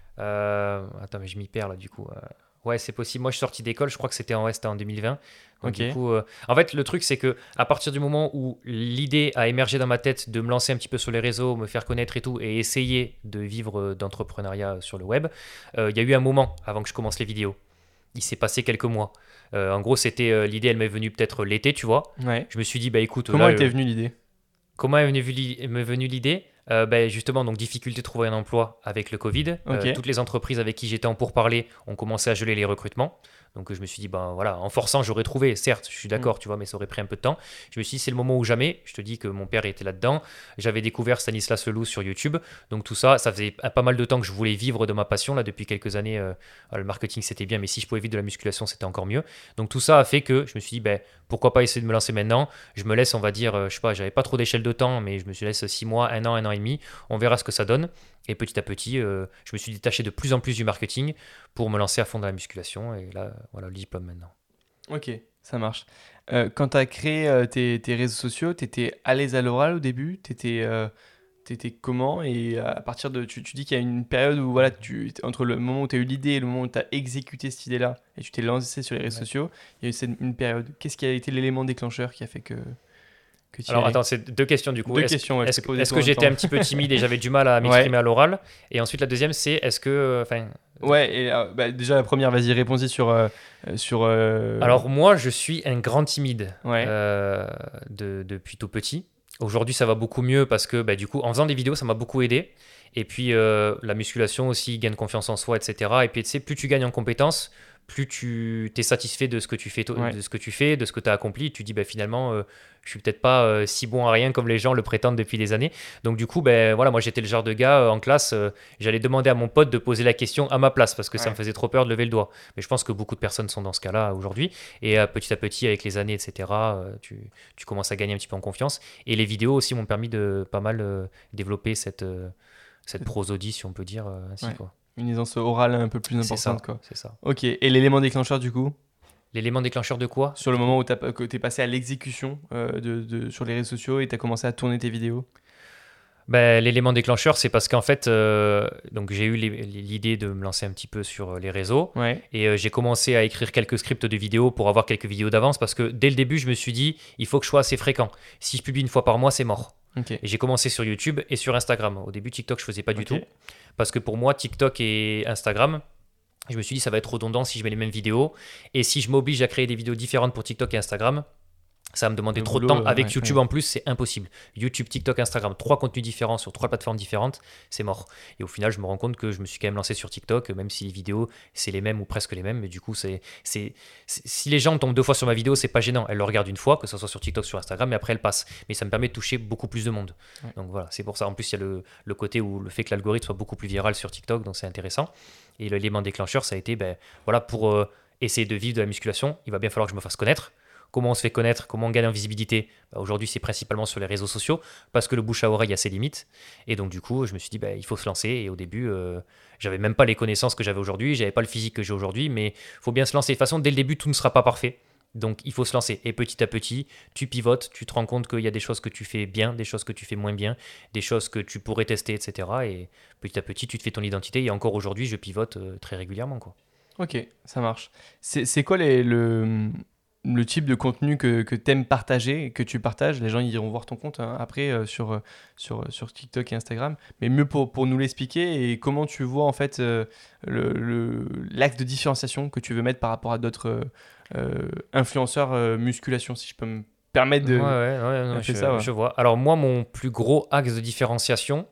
Euh, attends, mais je m'y perds là du coup. Euh, ouais, c'est possible. Moi, je suis sorti d'école, je crois que c'était en, ouais, c'était en deux mille vingt. Donc, Ok. du coup, euh, en fait, le truc, c'est que à partir du moment où l'idée a émergé dans ma tête de me lancer un petit peu sur les réseaux, me faire connaître et tout, et essayer de vivre euh, d'entrepreneuriat sur le web, euh, il y a eu un moment avant que je commence les vidéos. Il s'est passé quelques mois. Euh, en gros, c'était euh, l'idée, elle m'est venue peut-être l'été, tu vois. Ouais. Je me suis dit, bah écoute, Comment là, était euh, venue l'idée? comment est venue l'i- m'est venue l'idée? Euh, ben, justement, donc difficulté de trouver un emploi avec le Covid. Euh, Ok. toutes les entreprises avec qui j'étais en pourparlers ont commencé à geler les recrutements. Donc euh, je me suis dit, ben voilà, en forçant, j'aurais trouvé, certes, je suis d'accord, tu vois, mais ça aurait pris un peu de temps. Je me suis dit, c'est le moment ou jamais. Je te dis que mon père était là-dedans. J'avais découvert Stanislas Leloup sur YouTube. Donc tout ça, ça faisait pas mal de temps que je voulais vivre de ma passion. Là, depuis quelques années, euh, le marketing, c'était bien, mais si je pouvais vivre de la musculation, c'était encore mieux. Donc tout ça a fait que je me suis dit, ben, pourquoi pas essayer de me lancer maintenant. Je me laisse, on va dire, euh, je sais pas, j'avais pas trop d'échelle de temps, mais je me suis laissé six mois, un an, un an et demi. On verra ce que ça donne. Et petit à petit, euh, je me suis détaché de plus en plus du marketing pour me lancer à fond dans la musculation. Et là, voilà le diplôme maintenant. Ok, ça marche. Euh, quand tu as créé euh, tes, tes réseaux sociaux, tu étais à l'aise à l'oral au début? Tu étais, comment? Et à partir de. Tu, tu dis qu'il y a une période où, voilà, tu, entre le moment où tu as eu l'idée et le moment où tu as exécuté cette idée-là et tu t'es lancé sur les réseaux Ouais. sociaux, il y a eu cette- une période. Qu'est-ce qui a été l'élément déclencheur qui a fait que, que tu y Alors allais? attends, c'est deux questions du coup. Deux Est-ce, questions, ouais, je est-ce, t'ai posé est-ce tout que en même j'étais un temps. petit peu timide et j'avais du mal à m'exprimer à l'oral? Et ensuite, la deuxième, c'est est-ce que. Enfin, Ouais, et euh, bah, déjà la première, vas-y, réponds-y sur. euh, euh, sur euh, alors moi, je suis un grand timide Ouais. euh, de- depuis tout petit. Aujourd'hui, ça va beaucoup mieux parce que bah, du coup, en faisant des vidéos, ça m'a beaucoup aidé. Et puis, euh, la musculation aussi, gagne confiance en soi, et cetera. Et puis, tu sais, plus tu gagnes en compétences, plus tu es satisfait de ce que tu fais, to- Ouais. de ce que tu fais, de ce que tu as accompli. Tu dis, bah, finalement, euh, je suis peut-être pas euh, si bon à rien comme les gens le prétendent depuis des années. Donc, du coup, ben, voilà, moi, j'étais le genre de gars euh, en classe, euh, j'allais demander à mon pote de poser la question à ma place parce que ça Ouais. me faisait trop peur de lever le doigt. Mais je pense que beaucoup de personnes sont dans ce cas-là aujourd'hui. Et euh, petit à petit, avec les années, et cetera, euh, tu, tu commences à gagner un petit peu en confiance. Et les vidéos aussi m'ont permis de pas mal euh, développer cette, euh, cette prosodie, si on peut dire euh, ainsi. Ouais. Quoi. Une aisance orale un peu plus C'est ça, importante, quoi. c'est ça. Ok, et l'élément déclencheur du coup? L'élément déclencheur de quoi? Sur le moment où tu es passé à l'exécution euh, de, de- sur les réseaux sociaux et tu as commencé à tourner tes vidéos? Ben, l'élément déclencheur, c'est parce qu'en fait, euh, donc j'ai eu les- l'idée de me lancer un petit peu sur les réseaux Ouais. et euh, j'ai commencé à écrire quelques scripts de vidéos pour avoir quelques vidéos d'avance parce que dès le début, je me suis dit, il faut que je sois assez fréquent. Si je publie une fois par mois, c'est mort. Ok. Et j'ai commencé sur YouTube et sur Instagram. Au début, TikTok, je faisais pas du Ok. tout parce que pour moi, TikTok et Instagram, je me suis dit, ça va être redondant si je mets les mêmes vidéos. Et si je m'oblige à créer des vidéos différentes pour TikTok et Instagram, ça va me demander Le trop de boulot, temps. euh, Avec ouais, YouTube ouais. en plus, c'est impossible. YouTube, TikTok, Instagram, trois contenus différents sur trois plateformes différentes, c'est mort. Et au final, je me rends compte que je me suis quand même lancé sur TikTok, même si les vidéos, c'est les mêmes ou presque les mêmes. Mais du coup, c'est, c'est, c'est- si les gens tombent deux fois sur ma vidéo, c'est pas gênant. Elles le regardent une fois, que ce soit sur TikTok, sur Instagram, mais après, elles passent. Mais ça me permet de toucher beaucoup plus de monde. Ouais. Donc voilà, c'est pour ça. En plus, il y a le, le côté où le fait que l'algorithme soit beaucoup plus viral sur TikTok, donc c'est intéressant. Et l'élément déclencheur, ça a été, ben, voilà, pour euh, essayer de vivre de la musculation, il va bien falloir que je me fasse connaître. comment on se fait connaître, comment on gagne en visibilité. Bah, aujourd'hui, c'est principalement sur les réseaux sociaux parce que le bouche à oreille a ses limites. Et donc, du coup, je me suis dit, bah, il faut se lancer. Et au début, euh, j'avais même pas les connaissances que j'avais aujourd'hui, j'avais pas le physique que j'ai aujourd'hui, mais il faut bien se lancer. De toute façon, dès le début, tout ne sera pas parfait. Donc, il faut se lancer. Et petit à petit, tu pivotes, tu te rends compte qu'il y a des choses que tu fais bien, des choses que tu fais moins bien, des choses que tu pourrais tester, et cetera. Et petit à petit, tu te fais ton identité. Et encore aujourd'hui, je pivote euh, très régulièrement, quoi. Ok, ça marche. C'est, c'est quoi les, le, le type de contenu que, que tu aimes partager, que tu partages? Les gens ils iront voir ton compte hein, après euh, sur, sur, sur TikTok et Instagram. Mais mieux pour, pour nous l'expliquer et comment tu vois en fait euh, le, le, l'axe de différenciation que tu veux mettre par rapport à d'autres euh, influenceurs euh, musculation, si je peux me permettre de... Ouais, ouais, ouais, non, je, ça, ouais. je vois. Alors moi, mon plus gros axe de différenciation,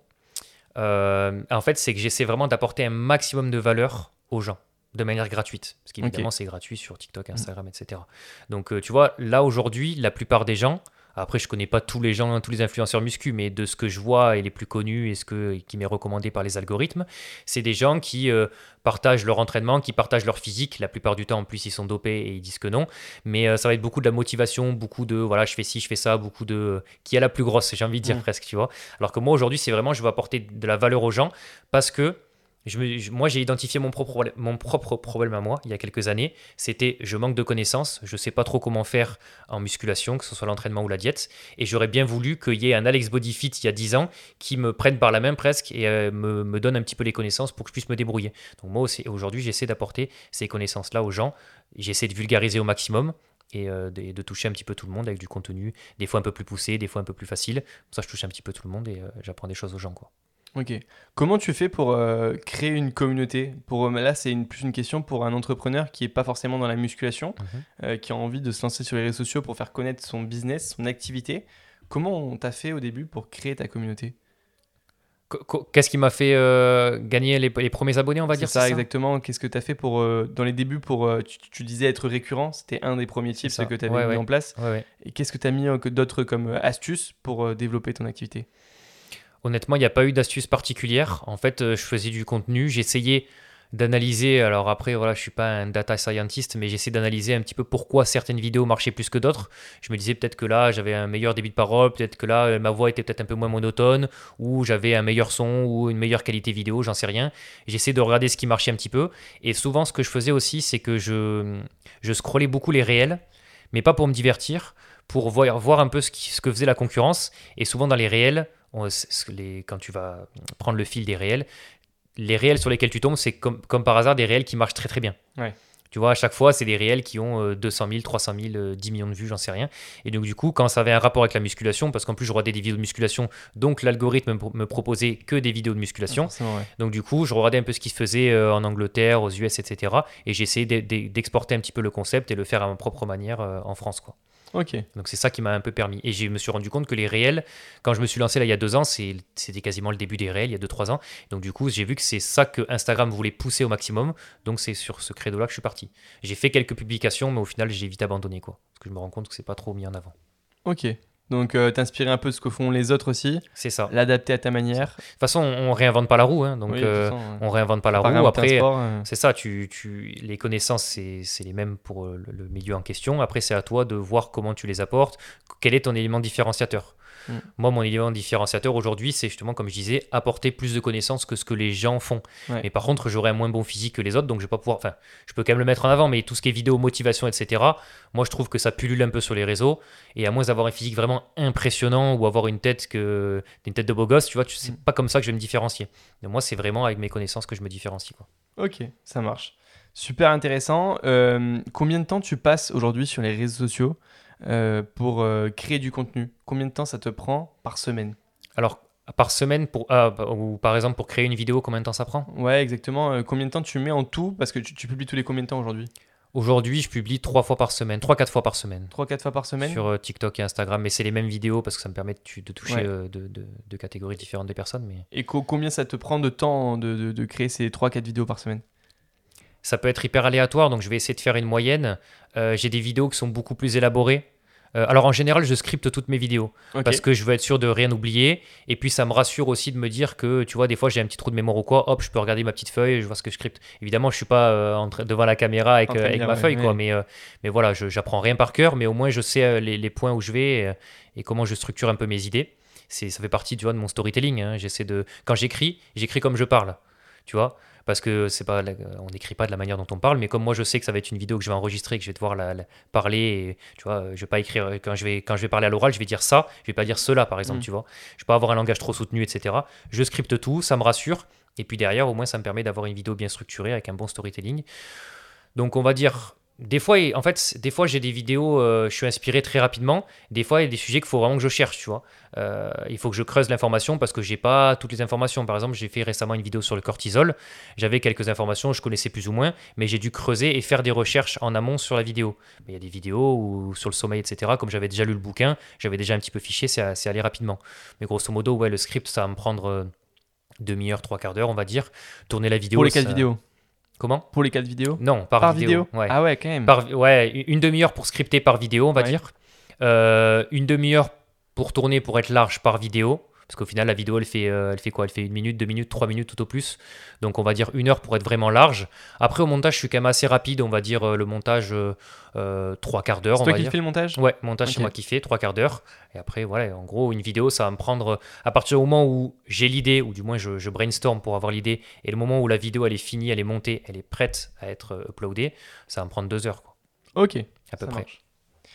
euh, en fait, c'est que j'essaie vraiment d'apporter un maximum de valeur aux gens de manière gratuite. Parce qu'évidemment, Ok. c'est gratuit sur TikTok, Instagram, et cetera. Donc, euh, tu vois, là, aujourd'hui, la plupart des gens, après, je connais pas tous les gens, tous les influenceurs muscu, mais de ce que je vois et les plus connus et ce que, qui m'est recommandé par les algorithmes, c'est des gens qui euh, partagent leur entraînement, qui partagent leur physique. La plupart du temps, en plus, ils sont dopés et ils disent que non. Mais euh, ça va être beaucoup de la motivation, beaucoup de voilà, je fais ci, je fais ça, beaucoup de. Qui a la plus grosse, j'ai envie de dire Mmh. presque, tu vois. Alors que moi, aujourd'hui, c'est vraiment, je veux apporter de la valeur aux gens parce que. Je me, je, moi, j'ai identifié mon propre, mon propre problème à moi il y a quelques années. C'était je manque de connaissances, je ne sais pas trop comment faire en musculation, que ce soit l'entraînement ou la diète. Et j'aurais bien voulu qu'il y ait un Alex Bodyfit il y a dix ans qui me prenne par la main presque et euh, me, me donne un petit peu les connaissances pour que je puisse me débrouiller. Donc moi aussi, aujourd'hui, j'essaie d'apporter ces connaissances-là aux gens. J'essaie de vulgariser au maximum et euh, de, de toucher un petit peu tout le monde avec du contenu, des fois un peu plus poussé, des fois un peu plus facile. Comme ça, je touche un petit peu tout le monde et euh, j'apprends des choses aux gens, quoi. Ok. Comment tu fais pour euh, créer une communauté pour, euh, là, c'est une, plus une question pour un entrepreneur qui n'est pas forcément dans la musculation, Mm-hmm. euh, qui a envie de se lancer sur les réseaux sociaux pour faire connaître son business, son activité. Comment on t'a fait au début pour créer ta communauté? Qu'est-ce qui m'a fait euh, gagner les, les premiers abonnés, on va C'est dire ça, c'est ça exactement. Qu'est-ce que tu as fait pour, euh, dans les débuts pour, euh, tu, tu disais être récurrent, c'était un des premiers tips que tu avais ouais, mis ouais. en place. Ouais, ouais. Et qu'est-ce que tu as mis euh, que d'autres comme euh, astuces pour euh, développer ton activité? Honnêtement, il n'y a pas eu d'astuce particulière. En fait, euh, je faisais du contenu, j'essayais d'analyser. Alors après, voilà, je suis pas un data scientist, mais j'essaie d'analyser un petit peu pourquoi certaines vidéos marchaient plus que d'autres. Je me disais peut-être que là, j'avais un meilleur débit de parole, peut-être que là, ma voix était peut-être un peu moins monotone, ou j'avais un meilleur son, ou une meilleure qualité vidéo, j'en sais rien. J'essaie de regarder ce qui marchait un petit peu. Et souvent, ce que je faisais aussi, c'est que je, je scrollais beaucoup les réels, mais pas pour me divertir, pour voir, voir un peu ce, qui, ce que faisait la concurrence. Et souvent, dans les réels, on, les, quand tu vas prendre le fil des réels, les réels sur lesquels tu tombes, c'est comme, comme par hasard des réels qui marchent très très bien. Ouais. Tu vois, à chaque fois, c'est des réels qui ont euh, deux cent mille, trois cent mille, euh, dix millions de vues, j'en sais rien. Et donc, du coup, quand ça avait un rapport avec la musculation, parce qu'en plus, je regardais des vidéos de musculation, donc l'algorithme me, me proposait que des vidéos de musculation. Ouais. Donc, du coup, je regardais un peu ce qui se faisait euh, en Angleterre, aux U S, et cetera. Et j'essayais de, de, d'exporter un petit peu le concept et le faire à ma propre manière euh, en France, quoi. Ok. Donc c'est ça qui m'a un peu permis. Et je me suis rendu compte que les réels, quand je me suis lancé là il y a deux ans, c'est, c'était quasiment le début des réels, il y a deux trois ans. Donc du coup, j'ai vu que c'est ça que Instagram voulait pousser au maximum. Donc c'est sur ce credo-là que je suis parti. J'ai fait quelques publications, mais au final, j'ai vite abandonné, quoi. Parce que je me rends compte que c'est pas trop mis en avant. Ok. Donc euh, t'inspirer un peu de ce que font les autres aussi. C'est ça. L'adapter à ta manière. De toute façon, on, on réinvente pas la roue. Hein, donc oui, euh, façon, ouais. on réinvente pas la Pas roue. Après, sport, euh... c'est ça. Tu, tu, les connaissances, c'est, c'est les mêmes pour le, le milieu en question. Après, c'est à toi de voir comment tu les apportes. Quel est ton élément différenciateur? Mm. Moi, mon élément différenciateur aujourd'hui, c'est justement, comme je disais, apporter plus de connaissances que ce que les gens font. Ouais. Mais par contre, j'aurai un moins bon physique que les autres, donc je vais pas pouvoir. Enfin, je peux quand même le mettre en avant, mais tout ce qui est vidéo, motivation, et cetera. Moi, je trouve que ça pullule un peu sur les réseaux. Et à moins d'avoir un physique vraiment impressionnant ou avoir une tête que une tête de beau gosse, tu vois, c'est mm. pas comme ça que je vais me différencier. Donc moi, c'est vraiment avec mes connaissances que je me différencie, quoi. Ok, ça marche. Super intéressant. Euh, combien de temps tu passes aujourd'hui sur les réseaux sociaux Euh, pour euh, créer du contenu? Combien de temps ça te prend par semaine? Alors, par semaine, pour, ah, ou par exemple pour créer une vidéo, combien de temps ça prend? Ouais, exactement. Euh, combien de temps tu mets en tout? Parce que tu, tu publies tous les combien de temps aujourd'hui? Aujourd'hui, je publie trois fois par semaine, trois quatre fois par semaine. trois quatre fois par semaine? Sur euh, TikTok et Instagram, mais c'est les mêmes vidéos parce que ça me permet de, de toucher ouais. euh, de, de, de catégories différentes de personnes. Mais... Et co- combien ça te prend de temps de, de, de créer ces trois quatre vidéos par semaine? Ça peut être hyper aléatoire, donc je vais essayer de faire une moyenne. Euh, j'ai des vidéos qui sont beaucoup plus élaborées. Euh, alors en général, je scripte toutes mes vidéos Ok. parce que je veux être sûr de rien oublier. Et puis ça me rassure aussi de me dire que, tu vois, des fois j'ai un petit trou de mémoire ou quoi, hop, je peux regarder ma petite feuille, je vois ce que je scripte. Évidemment, je suis pas euh, en train- devant la caméra avec, En train euh, de avec lire, ma ouais, feuille, quoi. ouais. Mais, euh, mais voilà, je j'apprends rien par cœur, mais au moins je sais euh, les, les points où je vais euh, et comment je structure un peu mes idées. C'est, ça fait partie, tu vois, de mon storytelling. Hein. J'essaie de, quand j'écris, j'écris comme je parle, tu vois. Parce que c'est pas, la- on n'écrit pas de la manière dont on parle, mais comme moi je sais que ça va être une vidéo que je vais enregistrer, que je vais devoir la, la- parler, et, tu vois, je vais pas écrire quand je vais quand je vais parler à l'oral, je vais dire ça, je vais pas dire cela par exemple, Mm. tu vois. Je vais pas avoir un langage trop soutenu, et cetera. Je scripte tout, ça me rassure, et puis derrière au moins ça me permet d'avoir une vidéo bien structurée avec un bon storytelling. Donc on va dire, des fois, en fait, des fois j'ai des vidéos, euh, je suis inspiré très rapidement. Des fois, il y a des sujets qu'il faut vraiment que je cherche, tu vois. Euh, il faut que je creuse l'information parce que j'ai pas toutes les informations. Par exemple, j'ai fait récemment une vidéo sur le cortisol. J'avais quelques informations, je connaissais plus ou moins, mais j'ai dû creuser et faire des recherches en amont sur la vidéo. Mais il y a des vidéos où, sur le sommeil, et cetera. Comme j'avais déjà lu le bouquin, j'avais déjà un petit peu fiché, c'est, c'est allé rapidement. Mais grosso modo, ouais, le script, ça va me prendre euh, demi-heure, trois quarts d'heure, on va dire. Tourner la vidéo. Pour les quatre ça- vidéos. Comment? Pour les quatre vidéos. Non, par, Par vidéo. vidéo. Ouais. Ah ouais, quand même. Par, ouais, une demi-heure pour scripter par vidéo, on va Ouais. dire. Euh, une demi-heure pour tourner, pour être large par vidéo. Parce qu'au final, la vidéo, elle fait, euh, elle fait quoi? Elle fait une minute, deux minutes, trois minutes tout au plus. Donc on va dire une heure pour être vraiment large. Après, au montage, je suis quand même assez rapide. On va dire euh, le montage, euh, euh, trois quarts d'heure, C'est on toi va qui dire. fais le montage? Ouais, montage, Ok. c'est moi qui fais, trois quarts d'heure. Et après, voilà, en gros, une vidéo, ça va me prendre, euh, à partir du moment où j'ai l'idée, ou du moins je, je brainstorm pour avoir l'idée, et le moment où la vidéo, elle est finie, elle est montée, elle est prête à être euh, uploadée, ça va me prendre deux heures, quoi, Ok. à peu Ça près. marche.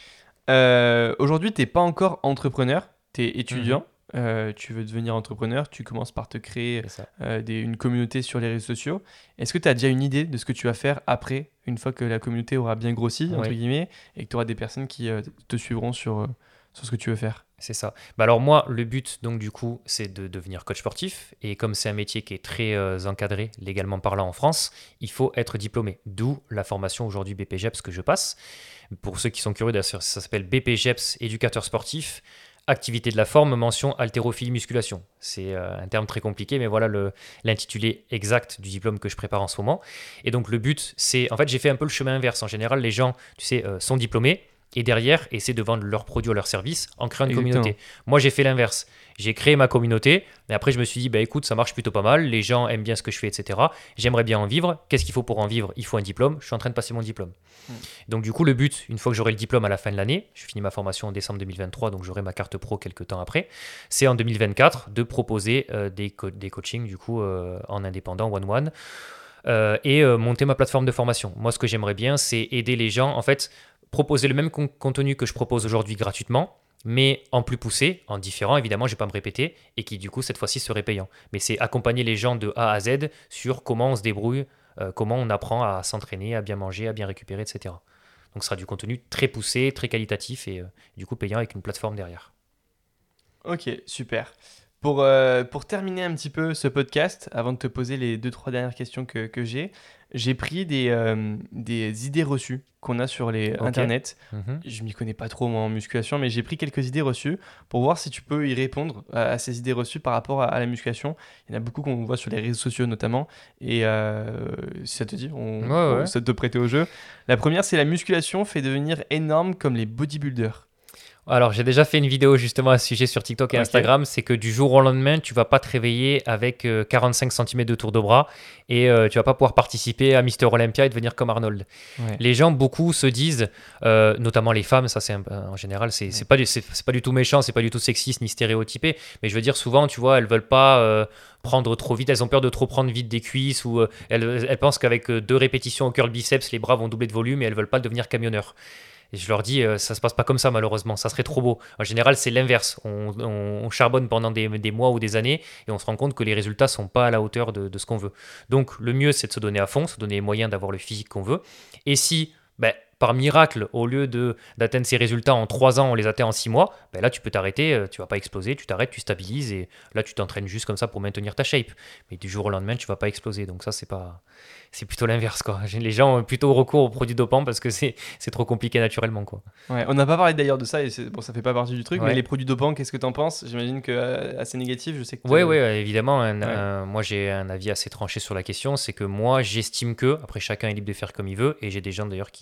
Euh, aujourd'hui, tu n'es pas encore entrepreneur, tu es étudiant, Mhm. euh, tu veux devenir entrepreneur, tu commences par te créer C'est ça. euh, des- une communauté sur les réseaux sociaux. Est-ce que tu as déjà une idée de ce que tu vas faire après, une fois que la communauté aura bien grossi, entre Oui. guillemets, et que tu auras des personnes qui euh, te suivront sur, euh, sur ce que tu veux faire? C'est ça. Bah alors moi, le but, donc du coup, c'est de devenir coach sportif. Et comme c'est un métier qui est très euh, encadré, légalement parlant en France, il faut être diplômé. D'où la formation aujourd'hui B P G E P S que je passe. Pour ceux qui sont curieux, ça s'appelle B P G E P S, éducateur sportif, activité de la forme, mention haltérophilie musculation. C'est euh, un terme très compliqué, mais voilà le, l'intitulé exact du diplôme que je prépare en ce moment. Et donc le but, c'est, en fait, j'ai fait un peu le chemin inverse. En général, les gens, tu sais, euh, sont diplômés et derrière essaient de vendre leurs produits ou leurs services en créant une Exactement. communauté. Moi, j'ai fait l'inverse. J'ai créé ma communauté, mais après, je me suis dit, bah écoute, ça marche plutôt pas mal, les gens aiment bien ce que je fais, et cetera. J'aimerais bien en vivre. Qu'est-ce qu'il faut pour en vivre? Il faut un diplôme. Je suis en train de passer mon diplôme. Mm. Donc, du coup, le but, une fois que j'aurai le diplôme à la fin de l'année, je finis ma formation en décembre deux mille vingt-trois, donc j'aurai ma carte pro quelques temps après, c'est en deux mille vingt-quatre de proposer euh, des, co- des coachings, du coup, euh, en indépendant, one-one. Euh, et euh, monter ma plateforme de formation. Moi, ce que j'aimerais bien, c'est aider les gens, en fait, proposer le même con- contenu que je propose aujourd'hui gratuitement, mais en plus poussé, en différent, évidemment, je ne vais pas me répéter, et qui du coup, cette fois-ci, serait payant. Mais c'est accompagner les gens de A à Z sur comment on se débrouille, euh, comment on apprend à s'entraîner, à bien manger, à bien récupérer, et cetera. Donc ce sera du contenu très poussé, très qualitatif, et euh, du coup payant avec une plateforme derrière. Ok, super. Pour, euh, pour terminer un petit peu ce podcast, avant de te poser les deux, trois dernières questions que, que j'ai, j'ai pris des, euh, des idées reçues qu'on a sur les Ok. Internet. Mhm. Je m'y connais pas trop moi en musculation, mais j'ai pris quelques idées reçues pour voir si tu peux y répondre à, à ces idées reçues par rapport à, à la musculation. Il y en a beaucoup qu'on voit sur les réseaux sociaux notamment. Et euh, si ça te dit, on, Ouais, on- ouais. ça te prêter au jeu. La première, c'est la musculation fait devenir énorme comme les bodybuilders. Alors, j'ai déjà fait une vidéo justement à ce sujet sur TikTok et Ok. Instagram. C'est que du jour au lendemain, tu vas pas te réveiller avec euh, quarante-cinq centimètres de tour de bras et euh, tu vas pas pouvoir participer à Mister Olympia et devenir comme Arnold. Ouais. Les gens, beaucoup se disent, euh, notamment les femmes, ça c'est un- en général, c'est c'est pas, du- c'est c'est pas du tout méchant, c'est pas du tout sexiste ni stéréotypé, mais je veux dire, souvent, tu vois, elles veulent pas euh, prendre trop vite, elles ont peur de trop prendre vite des cuisses ou euh, elles, elles pensent qu'avec euh, deux répétitions au curl biceps, les bras vont doubler de volume et elles veulent pas devenir camionneurs. Et je leur dis, euh, ça se passe pas comme ça malheureusement, ça serait trop beau. En général, c'est l'inverse. On, on- on charbonne pendant des, des mois ou des années et on se rend compte que les résultats sont pas à la hauteur de, de ce qu'on veut. Donc le mieux, c'est de se donner à fond, se donner les moyens d'avoir le physique qu'on veut. Et si, ben, par miracle, au lieu de, d'atteindre ces résultats en trois ans, on les atteint en six mois, ben là tu peux t'arrêter, euh, tu vas pas exploser, tu t'arrêtes, tu stabilises et là tu t'entraînes juste comme ça pour maintenir ta shape. Mais du jour au lendemain, tu vas pas exploser. Donc ça, c'est pas, c'est plutôt l'inverse quoi. Les gens ont plutôt recours aux produits dopants parce que c'est, c'est trop compliqué naturellement quoi. Ouais, on n'a pas parlé d'ailleurs de ça, et c'est- bon, ça fait pas partie du truc, Ouais. mais les produits dopants, qu'est-ce que t'en penses? J'imagine que euh, assez négatif, je sais que Oui, t'as- oui, évidemment. un- Ouais. un- moi, j'ai un avis assez tranché sur la question. C'est que moi, j'estime que, après, chacun est libre de faire comme il veut. Et j'ai des gens d'ailleurs qui,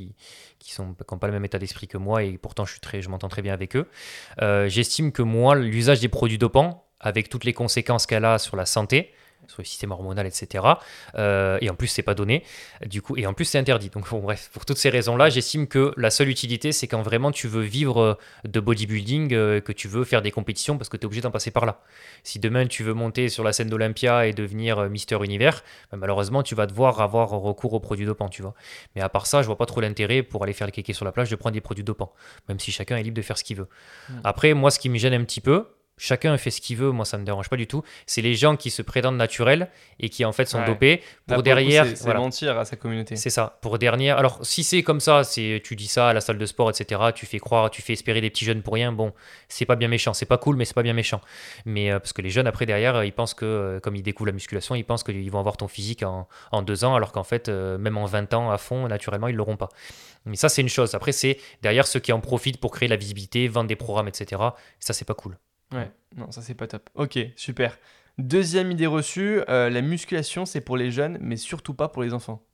qui sont qui n'ont pas le même état d'esprit que moi et pourtant je suis très, je m'entends très bien avec eux. Euh, j'estime que moi, l'usage des produits dopants, avec toutes les conséquences qu'elle a sur la santé, sur le système hormonal, et cetera. Euh, et en plus, c'est pas donné. Du coup, et en plus, c'est interdit. Donc, bon, bref, pour toutes ces raisons-là, j'estime que la seule utilité, c'est quand vraiment tu veux vivre de bodybuilding, euh, que tu veux faire des compétitions, parce que tu es obligé d'en passer par là. Si demain tu veux monter sur la scène d'Olympia et devenir Mister Univers, ben, malheureusement, tu vas devoir avoir recours aux produits dopants, tu vois. Mais à part ça, je vois pas trop l'intérêt pour aller faire le kéké sur la plage de prendre des produits dopants, même si chacun est libre de faire ce qu'il veut. Mmh. Après, moi, ce qui me gêne un petit peu, chacun fait ce qu'il veut, moi ça me dérange pas du tout. C'est les gens qui se prétendent naturels et qui en fait sont ouais. dopés pour Là, derrière. C'est, c'est voilà. mentir à sa communauté. C'est ça. Pour derrière. Alors si c'est comme ça, c'est tu dis ça à la salle de sport, et cetera. Tu fais croire, tu fais espérer des petits jeunes pour rien. Bon, c'est pas bien méchant, c'est pas cool, mais c'est pas bien méchant. Mais euh, parce que les jeunes après derrière, ils pensent que euh, comme ils découvrent la musculation, ils pensent qu'ils vont avoir ton physique en, en deux ans, alors qu'en fait euh, même en vingt ans à fond, naturellement ils l'auront pas. Mais ça c'est une chose. Après c'est derrière ceux qui en profitent pour créer la visibilité, vendre des programmes, et cetera. Ça c'est pas cool. Ouais, non, ça c'est pas top. Ok, super. Deuxième idée reçue, euh, la musculation c'est pour les jeunes, mais surtout pas pour les enfants.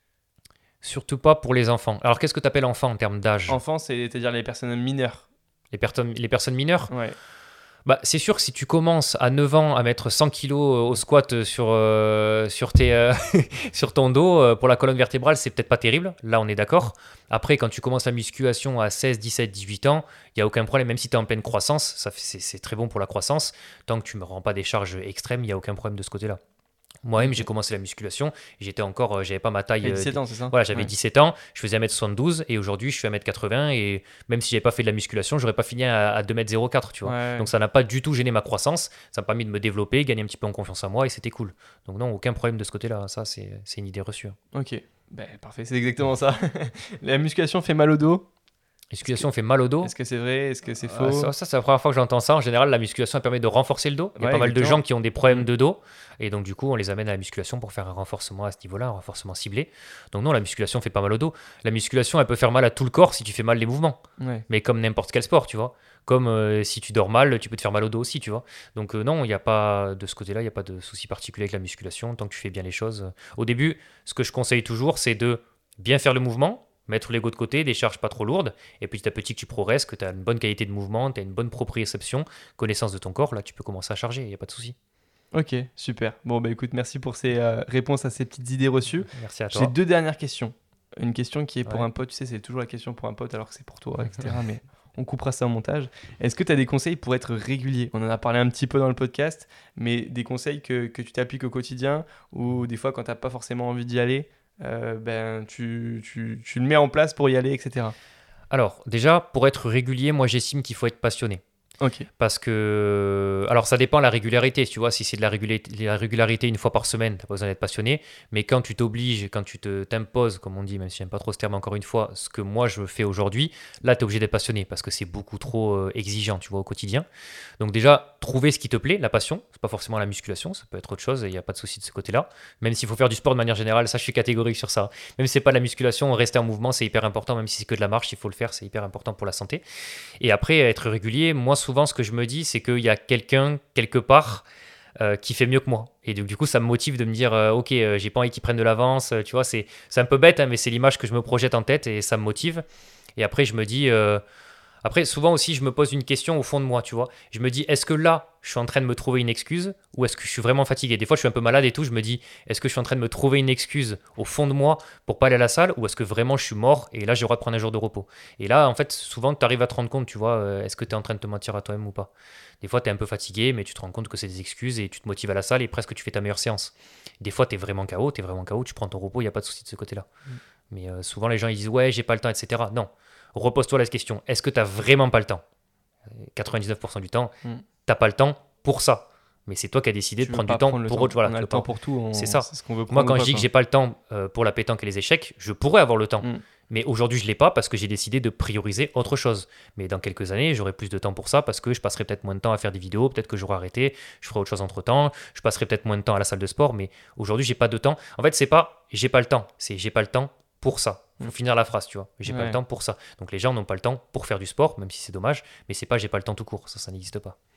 Surtout pas pour les enfants. Alors qu'est-ce que tu appelles enfant en termes d'âge ? Enfant, c'est-à-dire les personnes mineures. Les, perto- les personnes mineures ? Ouais. Bah, c'est sûr que si tu commences à neuf ans à mettre cent kilos au squat sur, euh, sur, tes, euh, sur ton dos, euh, pour la colonne vertébrale, c'est peut-être pas terrible. Là, on est d'accord. Après, quand tu commences la musculation à seize, dix-sept, dix-huit ans, il n'y a aucun problème. Même si tu es en pleine croissance, ça fait, c'est, c'est très bon pour la croissance. Tant que tu ne me rends pas des charges extrêmes, il n'y a aucun problème de ce côté-là. Moi-même, j'ai commencé la musculation, j'étais encore, j'avais pas ma taille. J'avais dix-sept ans, c'est ça ? Voilà, j'avais ouais. dix-sept ans, je faisais un mètre soixante-douze et aujourd'hui, je fais un mètre quatre-vingts et même si j'avais pas fait de la musculation, j'aurais pas fini à, à deux mètres zéro quatre, tu vois. Ouais. Donc ça n'a pas du tout gêné ma croissance, ça m'a permis de me développer, gagner un petit peu en confiance en moi et c'était cool. Donc non, aucun problème de ce côté-là, ça c'est, c'est une idée reçue. Ok, ben, parfait, c'est exactement ça. La musculation fait mal au dos ? La musculation fait mal au dos. Est-ce que c'est vrai ? Est-ce que c'est faux ? euh, ça, ça, c'est la première fois que j'entends ça. En général, la musculation elle permet de renforcer le dos. Il y a ouais, pas mal exactement. de gens qui ont des problèmes de dos. Et donc, du coup, on les amène à la musculation pour faire un renforcement à ce niveau-là, un renforcement ciblé. Donc, non, la musculation fait pas mal au dos. La musculation, elle peut faire mal à tout le corps si tu fais mal les mouvements. Ouais. Mais comme n'importe quel sport, tu vois. Comme euh, si tu dors mal, tu peux te faire mal au dos aussi, tu vois. Donc, euh, non, il n'y a pas de ce côté-là, il n'y a pas de souci particulier avec la musculation. Tant que tu fais bien les choses. Au début, ce que je conseille toujours, c'est de bien faire le mouvement. Mettre l'ego de côté, des charges pas trop lourdes, et petit à petit que tu progresses, que tu as une bonne qualité de mouvement, tu as une bonne proprioception, connaissance de ton corps, là tu peux commencer à charger, il n'y a pas de souci. Ok, super. Bon bah écoute, merci pour ces euh, réponses à ces petites idées reçues. Merci à toi. J'ai deux dernières questions. Une question qui est pour ouais. un pote, tu sais, c'est toujours la question pour un pote alors que c'est pour toi, et cetera. Mais on coupera ça au montage. Est-ce que tu as des conseils pour être régulier ? On en a parlé un petit peu dans le podcast, mais des conseils que, que tu t'appliques au quotidien ou des fois quand tu n'as pas forcément envie d'y aller, Euh, ben, tu, tu, tu le mets en place pour y aller, et cetera. Alors, déjà, pour être régulier, moi, j'estime qu'il faut être passionné. Ok. Parce que, alors ça dépend de la régularité, tu vois, si c'est de la régularité, la régularité une fois par semaine, tu n'as pas besoin d'être passionné, mais quand tu t'obliges, quand tu te, t'imposes, comme on dit, même si j'aime pas trop ce terme encore une fois, ce que moi je fais aujourd'hui, là tu es obligé d'être passionné parce que c'est beaucoup trop euh, exigeant, tu vois, au quotidien. Donc déjà, trouver ce qui te plaît, la passion, c'est pas forcément la musculation, ça peut être autre chose, il n'y a pas de souci de ce côté-là, même s'il faut faire du sport de manière générale, ça je suis catégorique sur ça, même si c'est pas de la musculation, rester en mouvement c'est hyper important, même si c'est que de la marche, il faut le faire, c'est hyper important pour la santé. Et après, être régulier, moi souvent ce que je me dis, c'est qu'il y a quelqu'un, quelque part, euh, qui fait mieux que moi. Et donc, du coup, ça me motive de me dire, euh, ok, euh, j'ai pas envie qu'ils prennent de l'avance. Euh, tu vois, c'est, c'est un peu bête, hein, mais c'est l'image que je me projette en tête et ça me motive. Et après, je me dis... Euh, Après, souvent aussi, je me pose une question au fond de moi, tu vois. Je me dis, est-ce que là, je suis en train de me trouver une excuse ou est-ce que je suis vraiment fatigué ? Des fois, je suis un peu malade et tout, je me dis, est-ce que je suis en train de me trouver une excuse au fond de moi pour pas aller à la salle ou est-ce que vraiment je suis mort et là, j'ai le droit de prendre un jour de repos ? Et là, en fait, souvent, tu arrives à te rendre compte, tu vois, euh, est-ce que tu es en train de te mentir à toi-même ou pas ? Des fois, tu es un peu fatigué, mais tu te rends compte que c'est des excuses et tu te motives à la salle et presque tu fais ta meilleure séance. Des fois, tu es vraiment K O, tu es vraiment K O, tu prends ton repos, il n'y a pas de souci de ce côté-là. Mm. Mais euh, souvent, les gens, ils disent, ouais, j'ai pas le temps, et cetera. Non. Repose-toi la question, est-ce que tu n'as vraiment pas le temps ? quatre-vingt-dix-neuf pour cent du temps, mm. tu n'as pas le temps pour ça. Mais c'est toi qui as décidé tu de prendre du temps prendre pour temps. autre. Voilà, on a le temps pour tout. On... C'est ça. C'est ce qu'on veut Moi, quand je dis que j'ai pas le temps euh, pour la pétanque et les échecs, je pourrais avoir le temps. Mm. Mais aujourd'hui, je ne l'ai pas parce que j'ai décidé de prioriser autre chose. Mais dans quelques années, j'aurai plus de temps pour ça parce que je passerai peut-être moins de temps à faire des vidéos, peut-être que j'aurai arrêté, je ferai autre chose entre-temps, je passerai peut-être moins de temps à la salle de sport. Mais aujourd'hui, j'ai pas de temps. En fait, c'est pas j'ai pas le temps, c'est j'ai pas le temps pour ça. Il faut finir la phrase, tu vois. J'ai ouais. pas le temps pour ça. Donc les gens n'ont pas le temps pour faire du sport, même si c'est dommage, mais c'est pas j'ai pas le temps tout court. Ça, ça n'existe pas.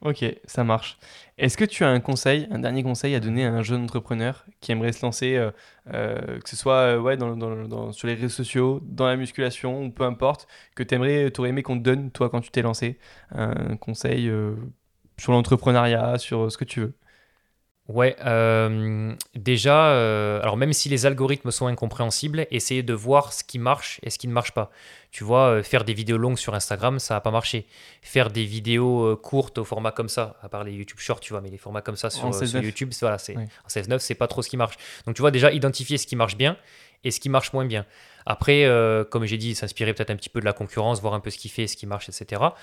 Ok, ça marche. Est-ce que tu as un conseil, un dernier conseil à donner à un jeune entrepreneur qui aimerait se lancer, euh, euh, que ce soit euh, ouais, dans, dans- dans- sur les réseaux sociaux, dans la musculation, ou peu importe, que tu aimerais, aurais aimé qu'on te donne, toi, quand tu t'es lancé, un conseil euh, sur l'entrepreneuriat, sur ce que tu veux. Ouais, euh, déjà, euh, alors même si les algorithmes sont incompréhensibles, essayez de voir ce qui marche et ce qui ne marche pas. Tu vois, euh, faire des vidéos longues sur Instagram, ça n'a pas marché. Faire des vidéos euh, courtes au format comme ça, à part les YouTube Shorts, tu vois, mais les formats comme ça En sur, euh, sur seize neuf. YouTube, c'est- voilà, c'est, Oui. en seize neuf, c'est pas trop ce qui marche. Donc tu vois, déjà, identifier ce qui marche bien et ce qui marche moins bien. Après, euh, comme j'ai dit, s'inspirer peut-être un petit peu de la concurrence, voir un peu ce qui fait, ce qui marche, et cetera.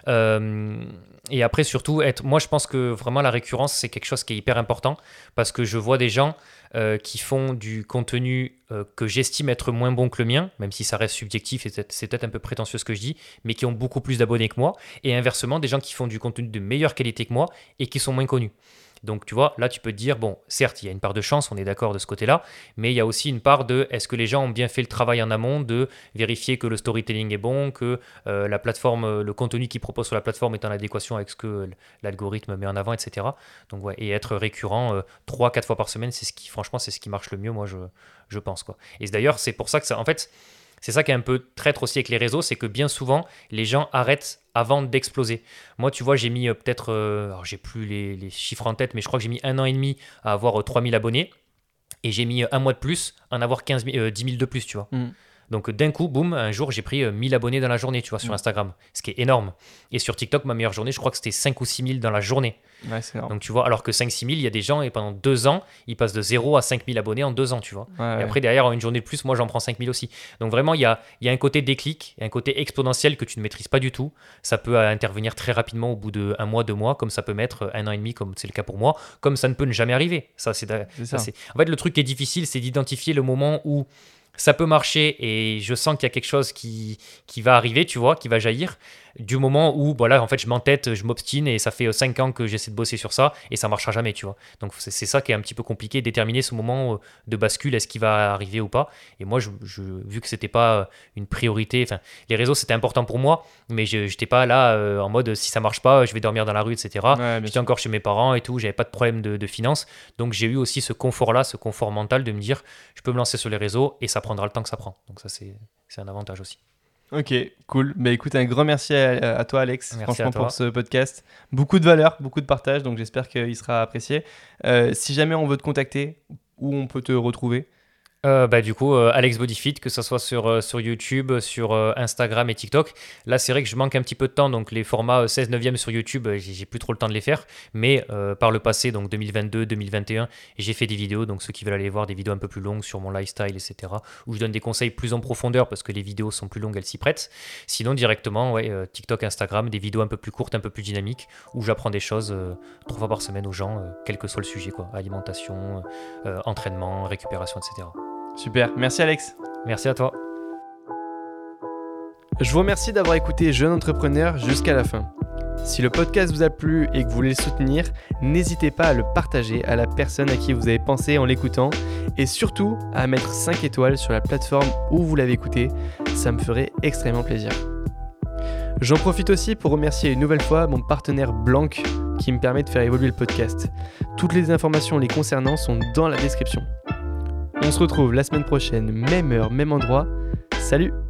Euh, et après, surtout, être, moi, je pense que vraiment la récurrence, c'est quelque chose qui est hyper important parce que je vois des gens euh, qui font du contenu euh, que j'estime être moins bon que le mien, même si ça reste subjectif et c'est c'est peut-être un peu prétentieux ce que je dis, mais qui ont beaucoup plus d'abonnés que moi. Et inversement, des gens qui font du contenu de meilleure qualité que moi et qui sont moins connus. Donc tu vois, là tu peux te dire, bon, certes, il y a une part de chance, on est d'accord de ce côté-là, mais il y a aussi une part de, est-ce que les gens ont bien fait le travail en amont de vérifier que le storytelling est bon, que euh, la plateforme, le contenu qu'ils proposent sur la plateforme est en adéquation avec ce que l'algorithme met en avant, et cetera. Donc ouais, et être récurrent euh, trois quatre fois par semaine, c'est ce qui, franchement, c'est ce qui marche le mieux, moi je, je pense quoi. Et d'ailleurs, c'est pour ça que ça, en fait, c'est ça qui est un peu traître aussi avec les réseaux, c'est que bien souvent, les gens arrêtent avant d'exploser. Moi, tu vois, j'ai mis euh, peut-être, euh, alors j'ai plus les, les chiffres en tête, mais je crois que j'ai mis un an et demi à avoir euh, trois mille abonnés, et j'ai mis euh, un mois de plus à en avoir quinze mille, euh, dix mille de plus, tu vois. Mm. Donc d'un coup, boum, un jour, j'ai pris euh, mille abonnés dans la journée, tu vois, sur Mm. Instagram, ce qui est énorme. Et sur TikTok, ma meilleure journée, je crois que c'était cinq ou six mille dans la journée. Ouais, c'est énorme. Donc tu vois, alors que cinq six mille, il y a des gens, et pendant deux ans, ils passent de zéro à cinq mille abonnés en deux ans, tu vois. Ouais, Et ouais. après, derrière, en une journée de plus, moi, j'en prends cinq mille aussi. Donc vraiment, il y a, il y a un côté déclic, un côté exponentiel que tu ne maîtrises pas du tout. Ça peut euh, intervenir très rapidement au bout de un mois, deux mois, comme ça peut mettre un an et demi, comme c'est le cas pour moi, comme ça ne peut ne jamais arriver. Ça, c'est, da- C'est ça, ça. c'est... En fait, le truc qui est difficile, c'est d'identifier le moment où ça peut marcher et je sens qu'il y a quelque chose qui, qui va arriver, tu vois, qui va jaillir, du moment où, voilà, en fait, je m'entête, je m'obstine et ça fait cinq ans que j'essaie de bosser sur ça et ça marchera jamais, tu vois. Donc, c'est, c'est ça qui est un petit peu compliqué, déterminer ce moment euh, de bascule, est-ce qu'il va arriver ou pas. Et moi, je, je- vu que c'était pas une priorité, enfin, les réseaux, c'était important pour moi, mais je n'étais pas là euh, en mode, si ça marche pas, je vais dormir dans la rue, et cetera. Ouais, bien J'étais sûr. encore chez mes parents et tout, j'avais pas de problème de, de finances. Donc, j'ai eu aussi ce confort-là, ce confort mental de me dire, je peux me lancer sur les réseaux et ça prendra le temps que ça prend. Donc, ça, c'est, c'est un avantage aussi. Ok, cool. Bah écoute, un grand merci à, à toi Alex, Merci franchement à toi. pour ce podcast. Beaucoup de valeur, beaucoup de partage, donc j'espère qu'il sera apprécié. Euh, si jamais on veut te contacter, où on peut te retrouver? Euh, bah, du coup, euh, Alex Bodyfit, que ce soit sur, euh, sur YouTube, sur euh, Instagram et TikTok. Là, c'est vrai que je manque un petit peu de temps, donc les formats euh, seize neuvième sur YouTube, euh, j'ai j'ai plus trop le temps de les faire. Mais euh, par le passé, donc deux mille vingt-deux, deux mille vingt et un, j'ai fait des vidéos. Donc ceux qui veulent aller voir des vidéos un peu plus longues sur mon lifestyle, et cetera, où je donne des conseils plus en profondeur parce que les vidéos sont plus longues, elles s'y prêtent. Sinon, directement, ouais, euh, TikTok, Instagram, des vidéos un peu plus courtes, un peu plus dynamiques, où j'apprends des choses euh, trois fois par semaine aux gens, euh, quel que soit le sujet, quoi. Alimentation, euh, entraînement, récupération, et cetera. Super, merci Alex. Merci à toi. Je vous remercie d'avoir écouté Jeune Entrepreneur jusqu'à la fin. Si le podcast vous a plu et que vous voulez le soutenir, n'hésitez pas à le partager à la personne à qui vous avez pensé en l'écoutant et surtout à mettre cinq étoiles sur la plateforme où vous l'avez écouté, ça me ferait extrêmement plaisir. J'en profite aussi pour remercier une nouvelle fois mon partenaire Blanc qui me permet de faire évoluer le podcast. Toutes les informations les concernant sont dans la description. On se retrouve la semaine prochaine, même heure, même endroit. Salut!